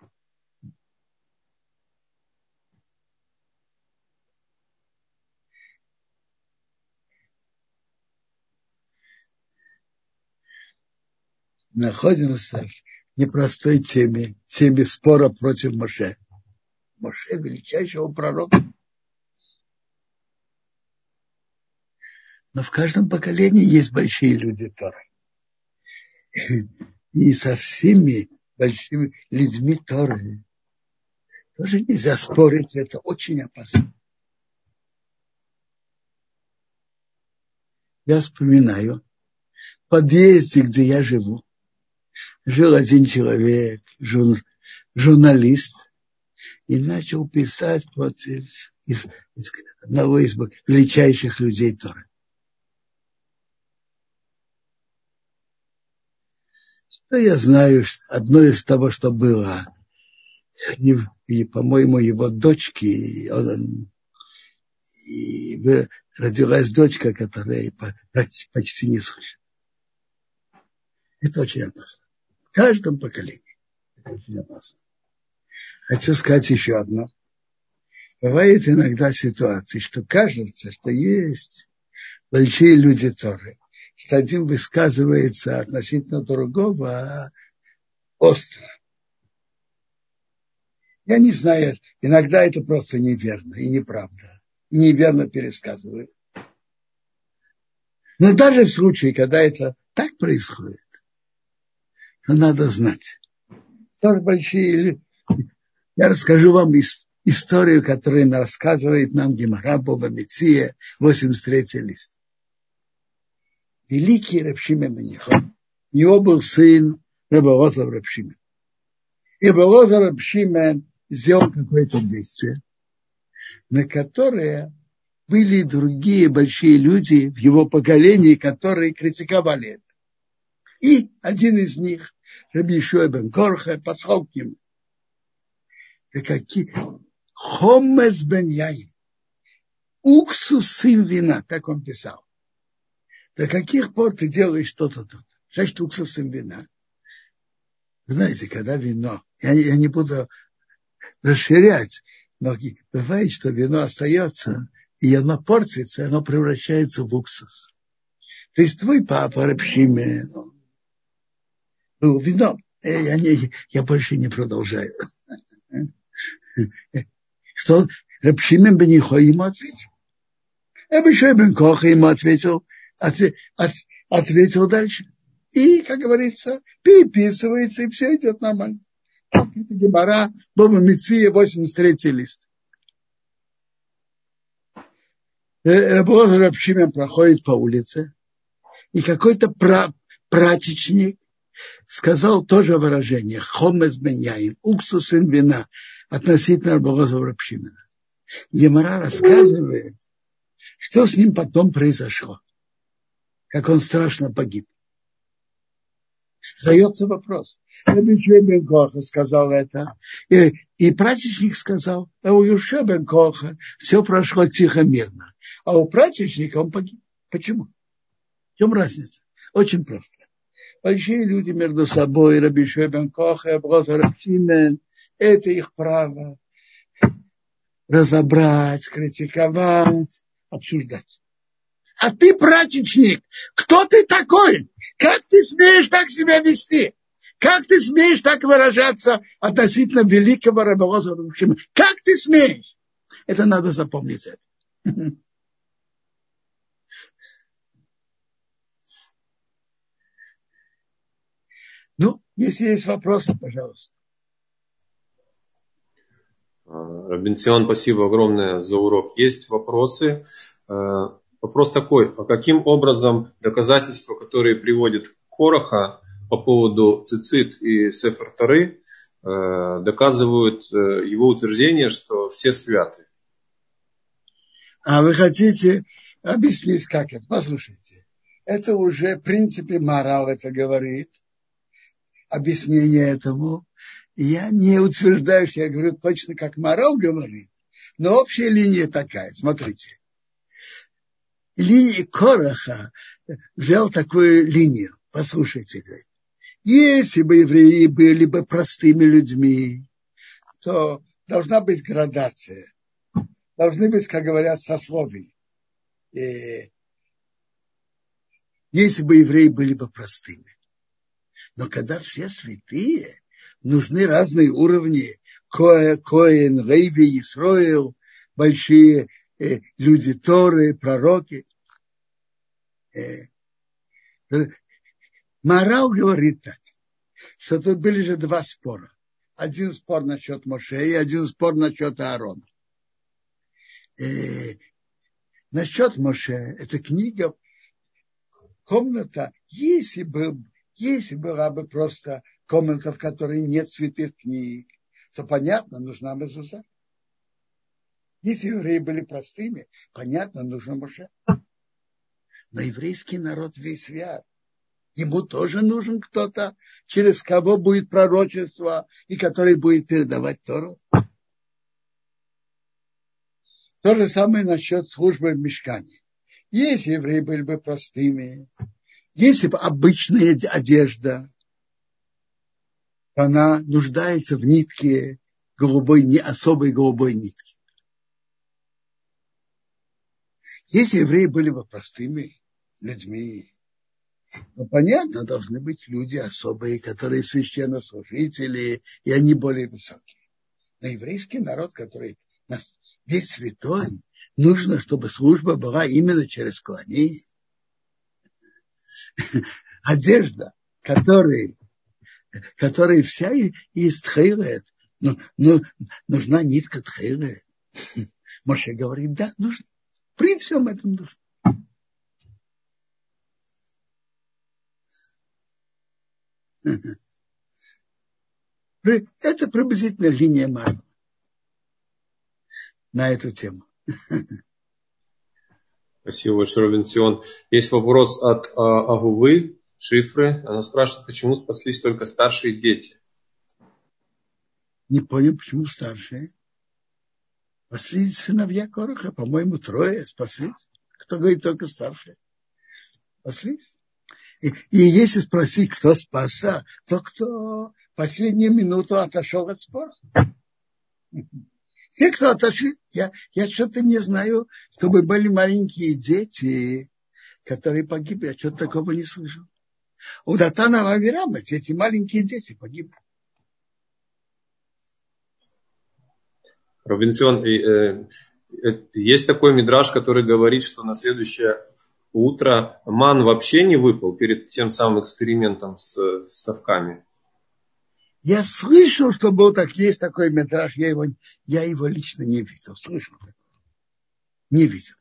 Находимся в непростой теме спора против Моше. Моше величайшего пророка. Но в каждом поколении есть большие люди Торы. И со всеми большими людьми Торы тоже нельзя спорить, это очень опасно. Я вспоминаю, в подъезде, где я живу, жил один человек, журналист, и начал писать против одного из величайших людей Торы. Что я знаю, одно из того, что было, и, по-моему, его дочки, родилась дочка, которая почти не слышит. Это очень опасно. В каждом поколении. Это очень опасно. Хочу сказать еще одно. Бывает иногда ситуации, что кажется, что есть большие люди Торы, что один высказывается относительно другого остро. Я не знаю, иногда это просто неверно и неправда. И неверно пересказывают. Но даже в случае, когда это так происходит, то надо знать. Тоже большие. Я расскажу вам историю, которую рассказывает нам Гемара Боба Меция, 83-й лист. Великий Рав Шимон бен Йохай. У него был сын Рав Элозар Рав Шимон. И Рав Элозар Рав Шимон сделал какое-то действие, на которое были другие большие люди в его поколении, которые критиковали это. И один из них, Раби Йешуа бен Корха, подошел к нему. Хомец бен Яин. Уксус сын вина, так он писал. До каких пор ты делаешь что-то тут? Значит, уксус сын вина. Вы знаете, когда вино, я не буду расширять, но бывает, что вино остается, и оно портится, оно превращается в уксус. То есть твой папа Рав Шимон был вином. Я больше не продолжаю. Что Рав Шимон бен Йохай ему ответил. Рав Йешуа бен Корха ему ответил дальше. И, как говорится, переписывается, и все идет нормально. Это Гемара Боба Меция, 83-й лист. Рав Элозар Рав Шимон проходит по улице, и какой-то прачечник сказал тоже выражение «хомец бен яин», уксус сын вина, относительно Рав Элозара Рав Шимона. Гемара рассказывает, что с ним потом произошло, как он страшно погиб. Задается вопрос. Раби Йешуа бен Корха сказал это, и прачечник сказал, а у Йешуа бен Корха все прошло тихо, мирно, а у прачечника он погиб. Почему? В чем разница? Очень просто. Большие люди между собой, Раби Йешуа бен Корха, Рав Элозар Рав Шимон, это их право разобрать, критиковать, обсуждать. А ты прачечник, кто ты такой? Как ты смеешь так себя вести? Как ты смеешь так выражаться относительно великого Рав Элозара Рав Шимона? Как ты смеешь? Это надо запомнить. Ну, если есть вопросы, пожалуйста. Рабин Сион, спасибо огромное за урок. Есть вопросы? Вопрос такой, а каким образом доказательства, которые приводит Кораха по поводу цицит и Сефер Торы, доказывают его утверждение, что все святы? А вы хотите объяснить, как это? Послушайте, это уже в принципе Морал это говорит, объяснение этому. Я не утверждаю, что я говорю точно, как Морал говорит, но общая линия такая, смотрите. Линия Кораха взял такую линию. Послушайте, говорит, если бы евреи были бы простыми людьми, то должна быть градация. Должны быть, как говорят, сословия. Если бы евреи были бы простыми. Но когда все святые, нужны разные уровни. Коэн, Леви, Исроил, большие люди Торы, пророки. Морал говорит так, что тут были же два спора. Один спор насчет Моше и один спор насчет Аарона. Насчет Моше, это книга, комната, если была бы просто комната, в которой нет святых книг, то понятно, нужна мезуза. Если евреи были простыми, понятно, нужен Моше. Но еврейский народ весь свят. Ему тоже нужен кто-то, через кого будет пророчество и который будет передавать Тору. То же самое насчет службы в мишкане. Если евреи были бы простыми, если бы обычная одежда, она нуждается в нитке голубой, не особой голубой нитки. Если евреи были бы простыми людьми, то, понятно, должны быть люди особые, которые священнослужители, и они более высокие. Но еврейский народ, который весь святой, нужно, чтобы служба была именно через склонение. Одежда, которая вся из тхейлет, но нужна нитка тхейлет. Моше говорит, да, нужно. При всем этом нужно. Это приблизительно линия Марва на эту тему. Спасибо большое, Рабин Цион. Есть вопрос от Агувы, Шифры. Она спрашивает, почему спаслись только старшие дети? Не понял, почему старшие. Спаслись сыновья Кораха, по-моему, 3 спаслись. Кто говорит только старшие? Спаслись. И если спросить, кто спасся, то кто последнюю минуту отошел от спора. Те, кто отошли, я что-то не знаю, чтобы были маленькие дети, которые погибли. Я что-то такого не слышал. У Датана Авирама эти маленькие дети погибли. Рабин Цион, есть такой мидраш, который говорит, что на следующее утро ман вообще не выпал перед тем самым экспериментом с совками. Я слышал, что был есть такой мидраш, я его лично не видел. Слышал. Не видел.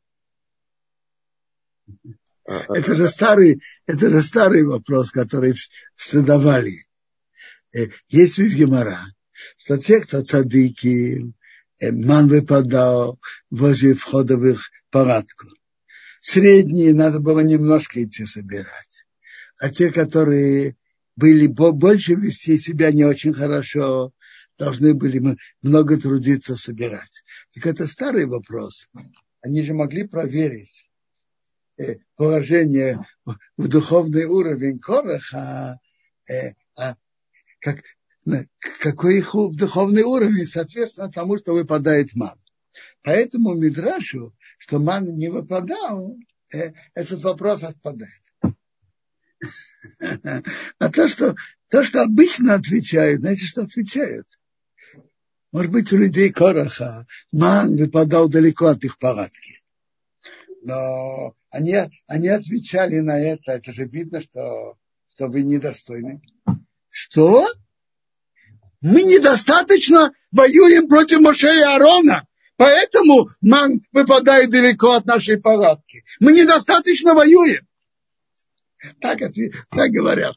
Это же старый вопрос, который задавали. Есть ведь гемара, что те, кто цадыки, ман выпадал возле входа в их палатку. Средние надо было немножко идти собирать. А те, которые были больше вести себя не очень хорошо, должны были много трудиться собирать. Так это старый вопрос. Они же могли проверить положение в духовный уровень Кораха, какой их духовный уровень, соответственно тому, что выпадает ман. Поэтому мидрашу, что ман не выпадал, этот вопрос отпадает. А то, что обычно отвечают, знаете, что отвечают? Может быть, у людей Кораха ман выпадал далеко от их палатки. Но они отвечали на это. Это же видно, что вы недостойны. Что? Мы недостаточно воюем против Моше и Аарона, поэтому ман выпадает далеко от нашей палатки. Мы недостаточно воюем. Так говорят.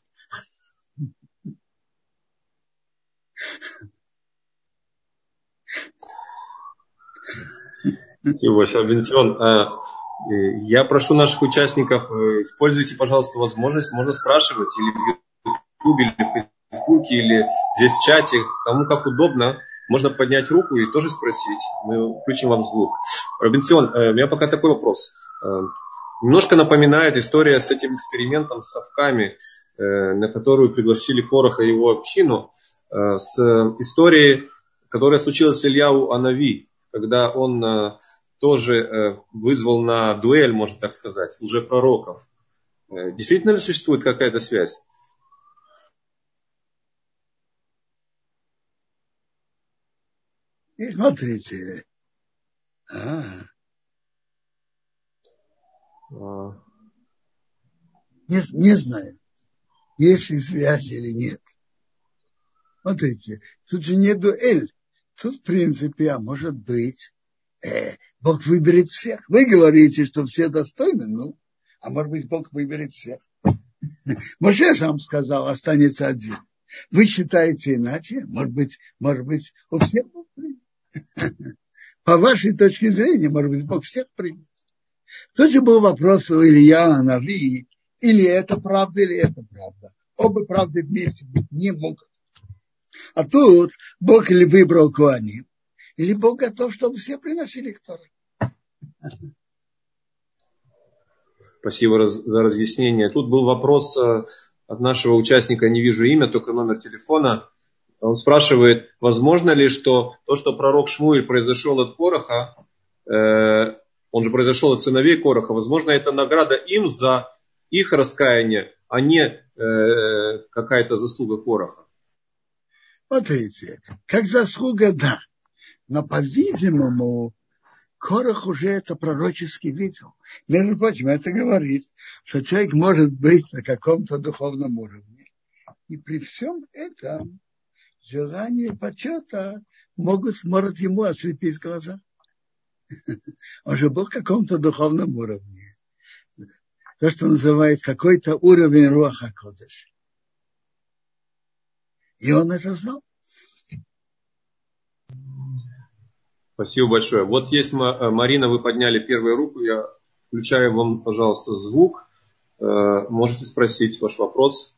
Я прошу наших участников, используйте, пожалуйста, возможность, можно спрашивать или в YouTube, или в Фейсбуке, или здесь в чате, кому как удобно, можно поднять руку и тоже спросить. Мы включим вам звук. Рабин Цион, у меня пока такой вопрос. Немножко напоминает история с этим экспериментом с совками, на которую пригласили Кораха и его общину, с историей, которая случилась с Ильяу Анави, когда он тоже вызвал на дуэль, можно так сказать, лжепророков. Действительно ли существует какая-то связь? И смотрите. Не знаю, есть ли связь или нет. Смотрите, тут же не дуэль. Тут, в принципе, может быть, Бог выберет всех. Вы говорите, что все достойны, а может быть, Бог выберет всех. Моше сам сказал, останется один. Вы считаете иначе? Может быть, у всех Бог примет. По вашей точке зрения, может быть, Бог всех примет. Тот же был вопрос у Илья Анави, или это правда, или это правда. Оба правды вместе быть не могут. А тут Бог или выбрал Коаним, или Бог готов, чтобы все приносили к Торе. Спасибо за разъяснение. Тут был вопрос от нашего участника, не вижу имя, только номер телефона. Он спрашивает, возможно ли, что то, что пророк Шмуэль произошел от Кораха, он же произошел от сыновей Кораха, возможно, это награда им за их раскаяние, а не какая-то заслуга Кораха. Смотрите, как заслуга, да. Но, по-видимому, Корах уже это пророчески видел. Между прочим, это говорит, что человек может быть на каком-то духовном уровне. И при всем этом желание почета может ему ослепить глаза. Он же был в каком-то духовном уровне. То, что называют какой-то уровень Руаха Кодеш. И он это знал. Спасибо большое. Вот есть Марина, вы подняли первую руку. Я включаю вам, пожалуйста, звук. Можете спросить ваш вопрос.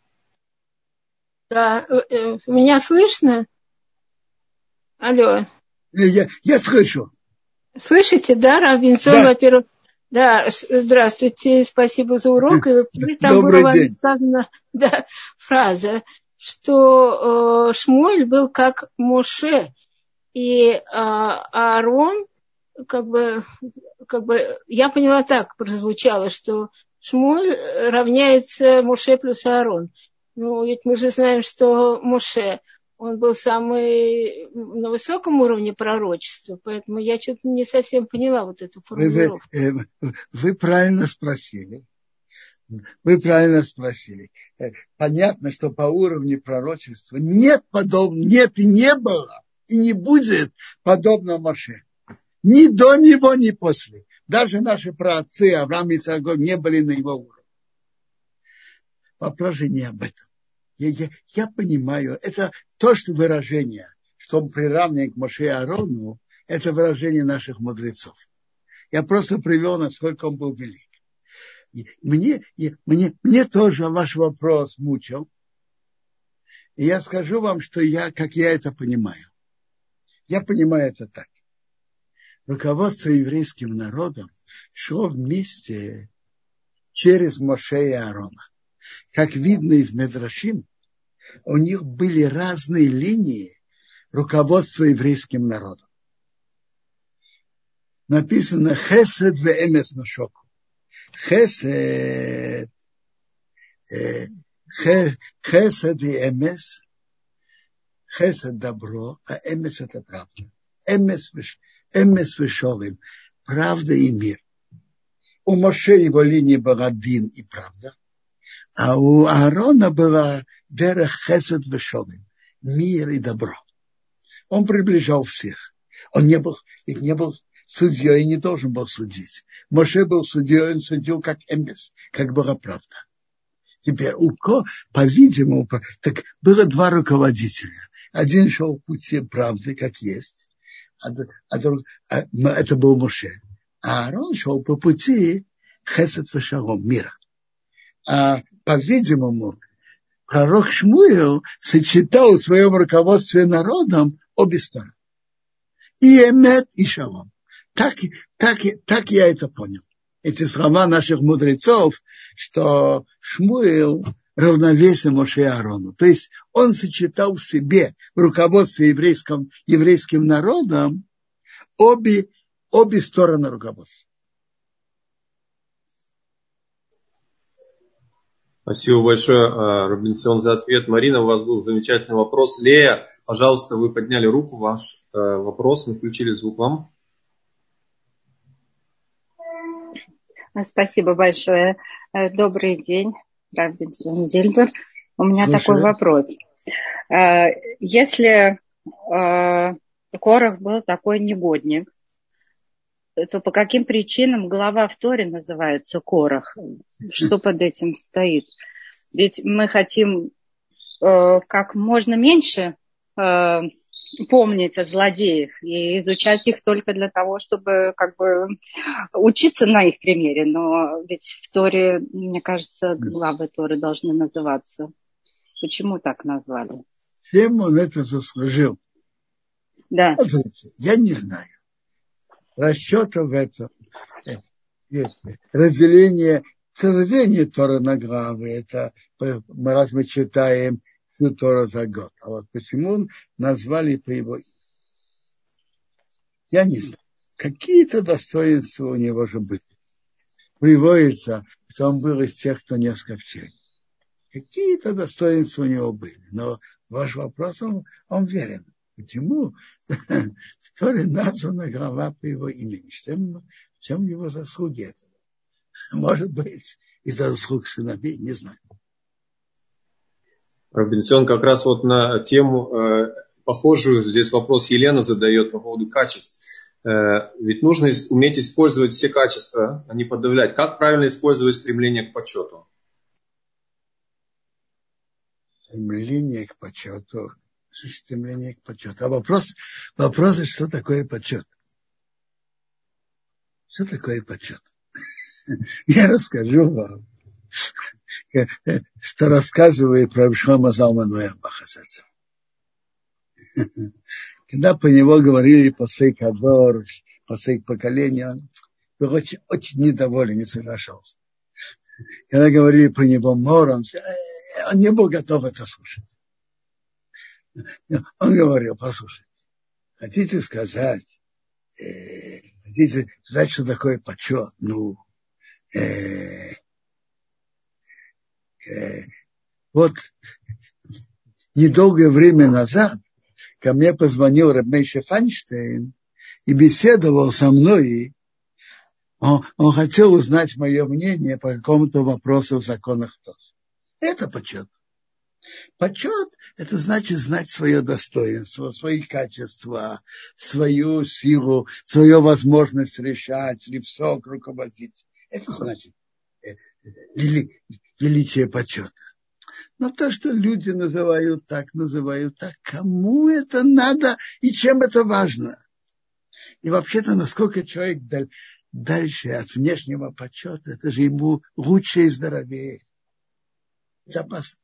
Да, меня слышно? Алло. Я слышу. Слышите, да, Рав Бенсон, да. Во-первых, да, здравствуйте, спасибо за урок. И там была сказана фраза, что Шмуэль был как Моше, и Аарон, как бы, я поняла так, прозвучало, что Шмуэль равняется Моше плюс Аарон. Ну, ведь мы же знаем, что Моше, он был самый на высоком уровне пророчества, поэтому я что-то не совсем поняла вот эту формулировку. Вы правильно спросили. Понятно, что по уровню пророчества нет и не было, и не будет подобно Моше. Ни до него, ни после. Даже наши праотцы Авраам и Исаак не были на его уровне. Вопрос же не об этом. Я понимаю, это то, что выражение, что он приравнен к Моше и Аарону, это выражение наших мудрецов. Я просто привел, насколько он был велик. Мне тоже ваш вопрос мучил. И я скажу вам, что как я это понимаю. Я понимаю это так. Руководство еврейским народом шло вместе через Моше и Аарона. Как видно из Медрашим, у них были разные линии руководства еврейским народом. Написано «Хесед ве эмес машоку». Хесед и эмес. Хесед добро, а эмес это правда. Эмес вешолим. Правда и мир. У Моше его линия была дин и правда. А у Аарона была дерех хесед вешолим, мир и добро. Он приближал всех. Он не был судьей и не должен был судить. Моше был судьей, он судил как эмес, как была правда. Теперь по-видимому, так было два руководителя. Один шел в пути правды, как есть, это был Моше. А Аарон шел по пути хесед вешалом, мира. А, по-видимому, пророк Шмуэл сочетал в своем руководстве народом обе стороны. И эмет, и шалом. Так я это понял. Эти слова наших мудрецов, что Шмуэл равновесен Моше и Аарону. То есть он сочетал в себе в руководстве еврейским народом обе стороны руководства. Спасибо большое, Рав Бенсон, за ответ. Марина, у вас был замечательный вопрос. Лея, пожалуйста, вы подняли руку, ваш вопрос, мы включили звук вам. Спасибо большое. Добрый день, Рав Бенсон Зильбер. У меня такой вопрос. Если Корах был такой негодник, то по каким причинам глава в Торе называется Корах? Что под этим стоит? Ведь мы хотим как можно меньше помнить о злодеях и изучать их только для того, чтобы как бы учиться на их примере. Но ведь в Торе, мне кажется, главы Торы должны называться. Почему так назвали? Чем он это заслужил? Да. Я не знаю. Расчета в этом. Разделение Торы на главы, это раз мы читаем всю Тору за год. А вот почему назвали по его имени? Я не знаю. Какие-то достоинства у него же были. Приводится, что он был из тех, кто не скопчает. Какие-то достоинства у него были. Но ваш вопрос, он верен. Почему в Торе названа глава по его имени? В чем его заслуги этого? Может быть, из-за заслуг сыновей, не знаю. Рав Бенцион, как раз вот на тему похожую здесь вопрос Елена задает по поводу качеств. Ведь нужно уметь использовать все качества, а не подавлять. Как правильно использовать стремление к почету? Стремление к почету. Стремление к почету. А вопрос, что такое почет? Что такое почет? Я расскажу вам, что рассказывает про Шломо Залман Авеха. Когда по него говорили посейк Адор, посейк поколения, он был очень, очень недоволен, не соглашался. Когда говорили про него Мор, он не был готов это слушать. Он говорил: послушайте, хотите сказать, что такое почет? Вот недолгое время назад ко мне позвонил Рав Мейша Файнштейн и беседовал со мной. Он хотел узнать мое мнение по какому-то вопросу в законах Торы. Это почет. Почет – это значит знать свое достоинство, свои качества, свою силу, свою возможность решать, левсок, руководить. Это значит величие почета. Но то, что люди называют так, кому это надо и чем это важно? И вообще-то, насколько человек дальше от внешнего почета, это же ему лучше и здоровее. Это опасно.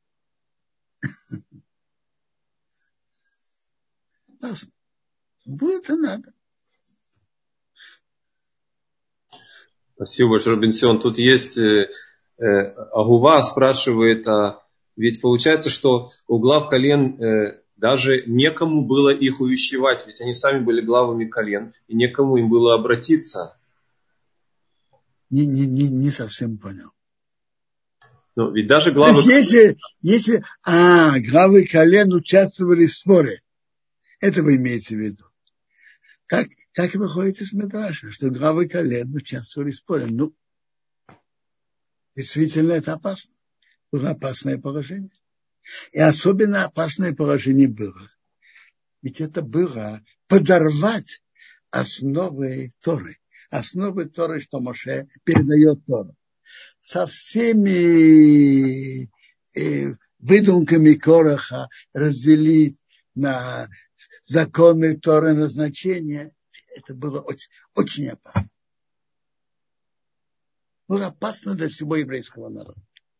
Опасно. Кому это надо? Спасибо большое, Рав Бенцион. Тут есть Агува спрашивает, ведь получается, что у глав колен даже некому было их увещевать, ведь они сами были главами колен, и некому им было обратиться. Не совсем понял. Ну, ведь даже главы... Если главы колен участвовали в споре, это вы имеете в виду. Как выходит из Мидраша, что главы колен участвовали в споре? Действительно, это опасно. Было опасное положение. И особенно опасное положение было. Ведь это было подорвать основы Торы. Основы Торы, что Моше передает Тору. Со всеми выдумками Кораха разделить на законы Торы, назначения. Это было очень, очень опасно. Было опасно для всего еврейского народа.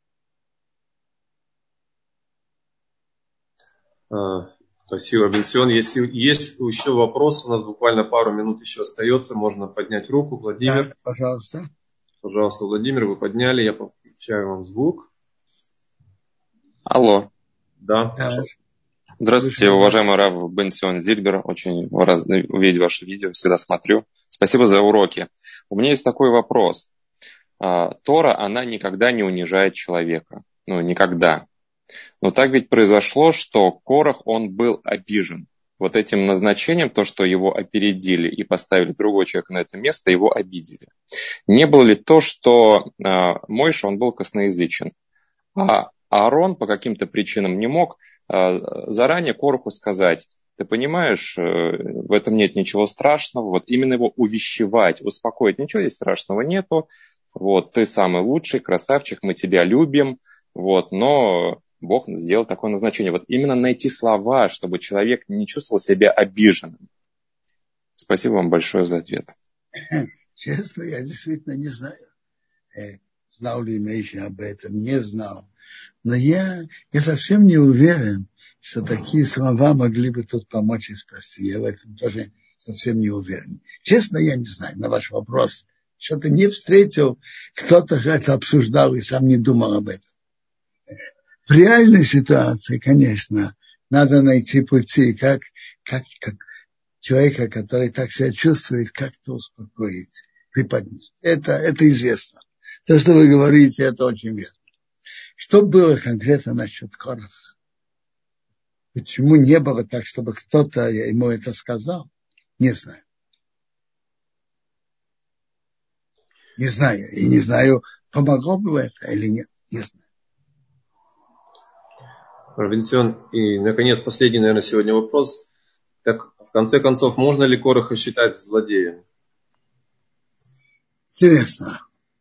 Спасибо, Бенцион. Если есть еще вопросы, у нас буквально пару минут еще остается, можно поднять руку. Владимир. Да, пожалуйста. Пожалуйста, Владимир, вы подняли, я включаю вам звук. Алло. Да. Здравствуйте, уважаемый Рав Бенцион Зильбер. Очень рад увидеть ваши видео, всегда смотрю. Спасибо за уроки. У меня есть такой вопрос. Тора, она никогда не унижает человека. Никогда. Но так ведь произошло, что Корах, он был обижен. Вот этим назначением, то, что его опередили и поставили другого человека на это место, его обидели. Не было ли то, что Мойша, он был косноязычен, а Аарон по каким-то причинам не мог заранее Кораху сказать: ты понимаешь, в этом нет ничего страшного, вот именно его увещевать, успокоить, ничего здесь страшного нету, вот, ты самый лучший, красавчик, мы тебя любим, вот, но Бог сделал такое назначение. Вот именно найти слова, чтобы человек не чувствовал себя обиженным. Спасибо вам большое за ответ. Честно, я действительно не знаю. Знал ли Мейша об этом, не знал. Но я совсем не уверен, что такие слова могли бы тут помочь и спасти. Я в этом тоже совсем не уверен. Честно, я не знаю. На ваш вопрос что-то не встретил. Кто-то это обсуждал и сам не думал об этом. В реальной ситуации, конечно, надо найти пути, как человека, который так себя чувствует, как-то успокоить, приподнять. Это известно. То, что вы говорите, это очень верно. Что было конкретно насчет Кораха? Почему не было так, чтобы кто-то ему это сказал? Не знаю. Не знаю. И не знаю, помогло бы это или нет. Не знаю. Равенсион, и, наконец, последний, наверное, сегодня вопрос. Так, в конце концов, можно ли Кораха считать злодеем? Интересно.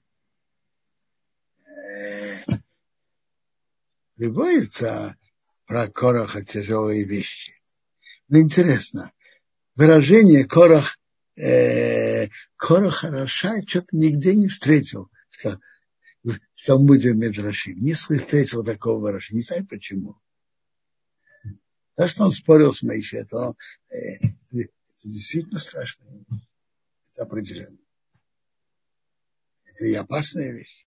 Приводится про Кораха тяжелые вещи. Но интересно. Выражение Корах Раша что-то нигде не встретил в Талмуде Мидрашим. Не встретил такого выражения. Не знаю почему. То, что он спорил с Моисеем, это действительно страшно. Это определенно. Это и опасная вещь.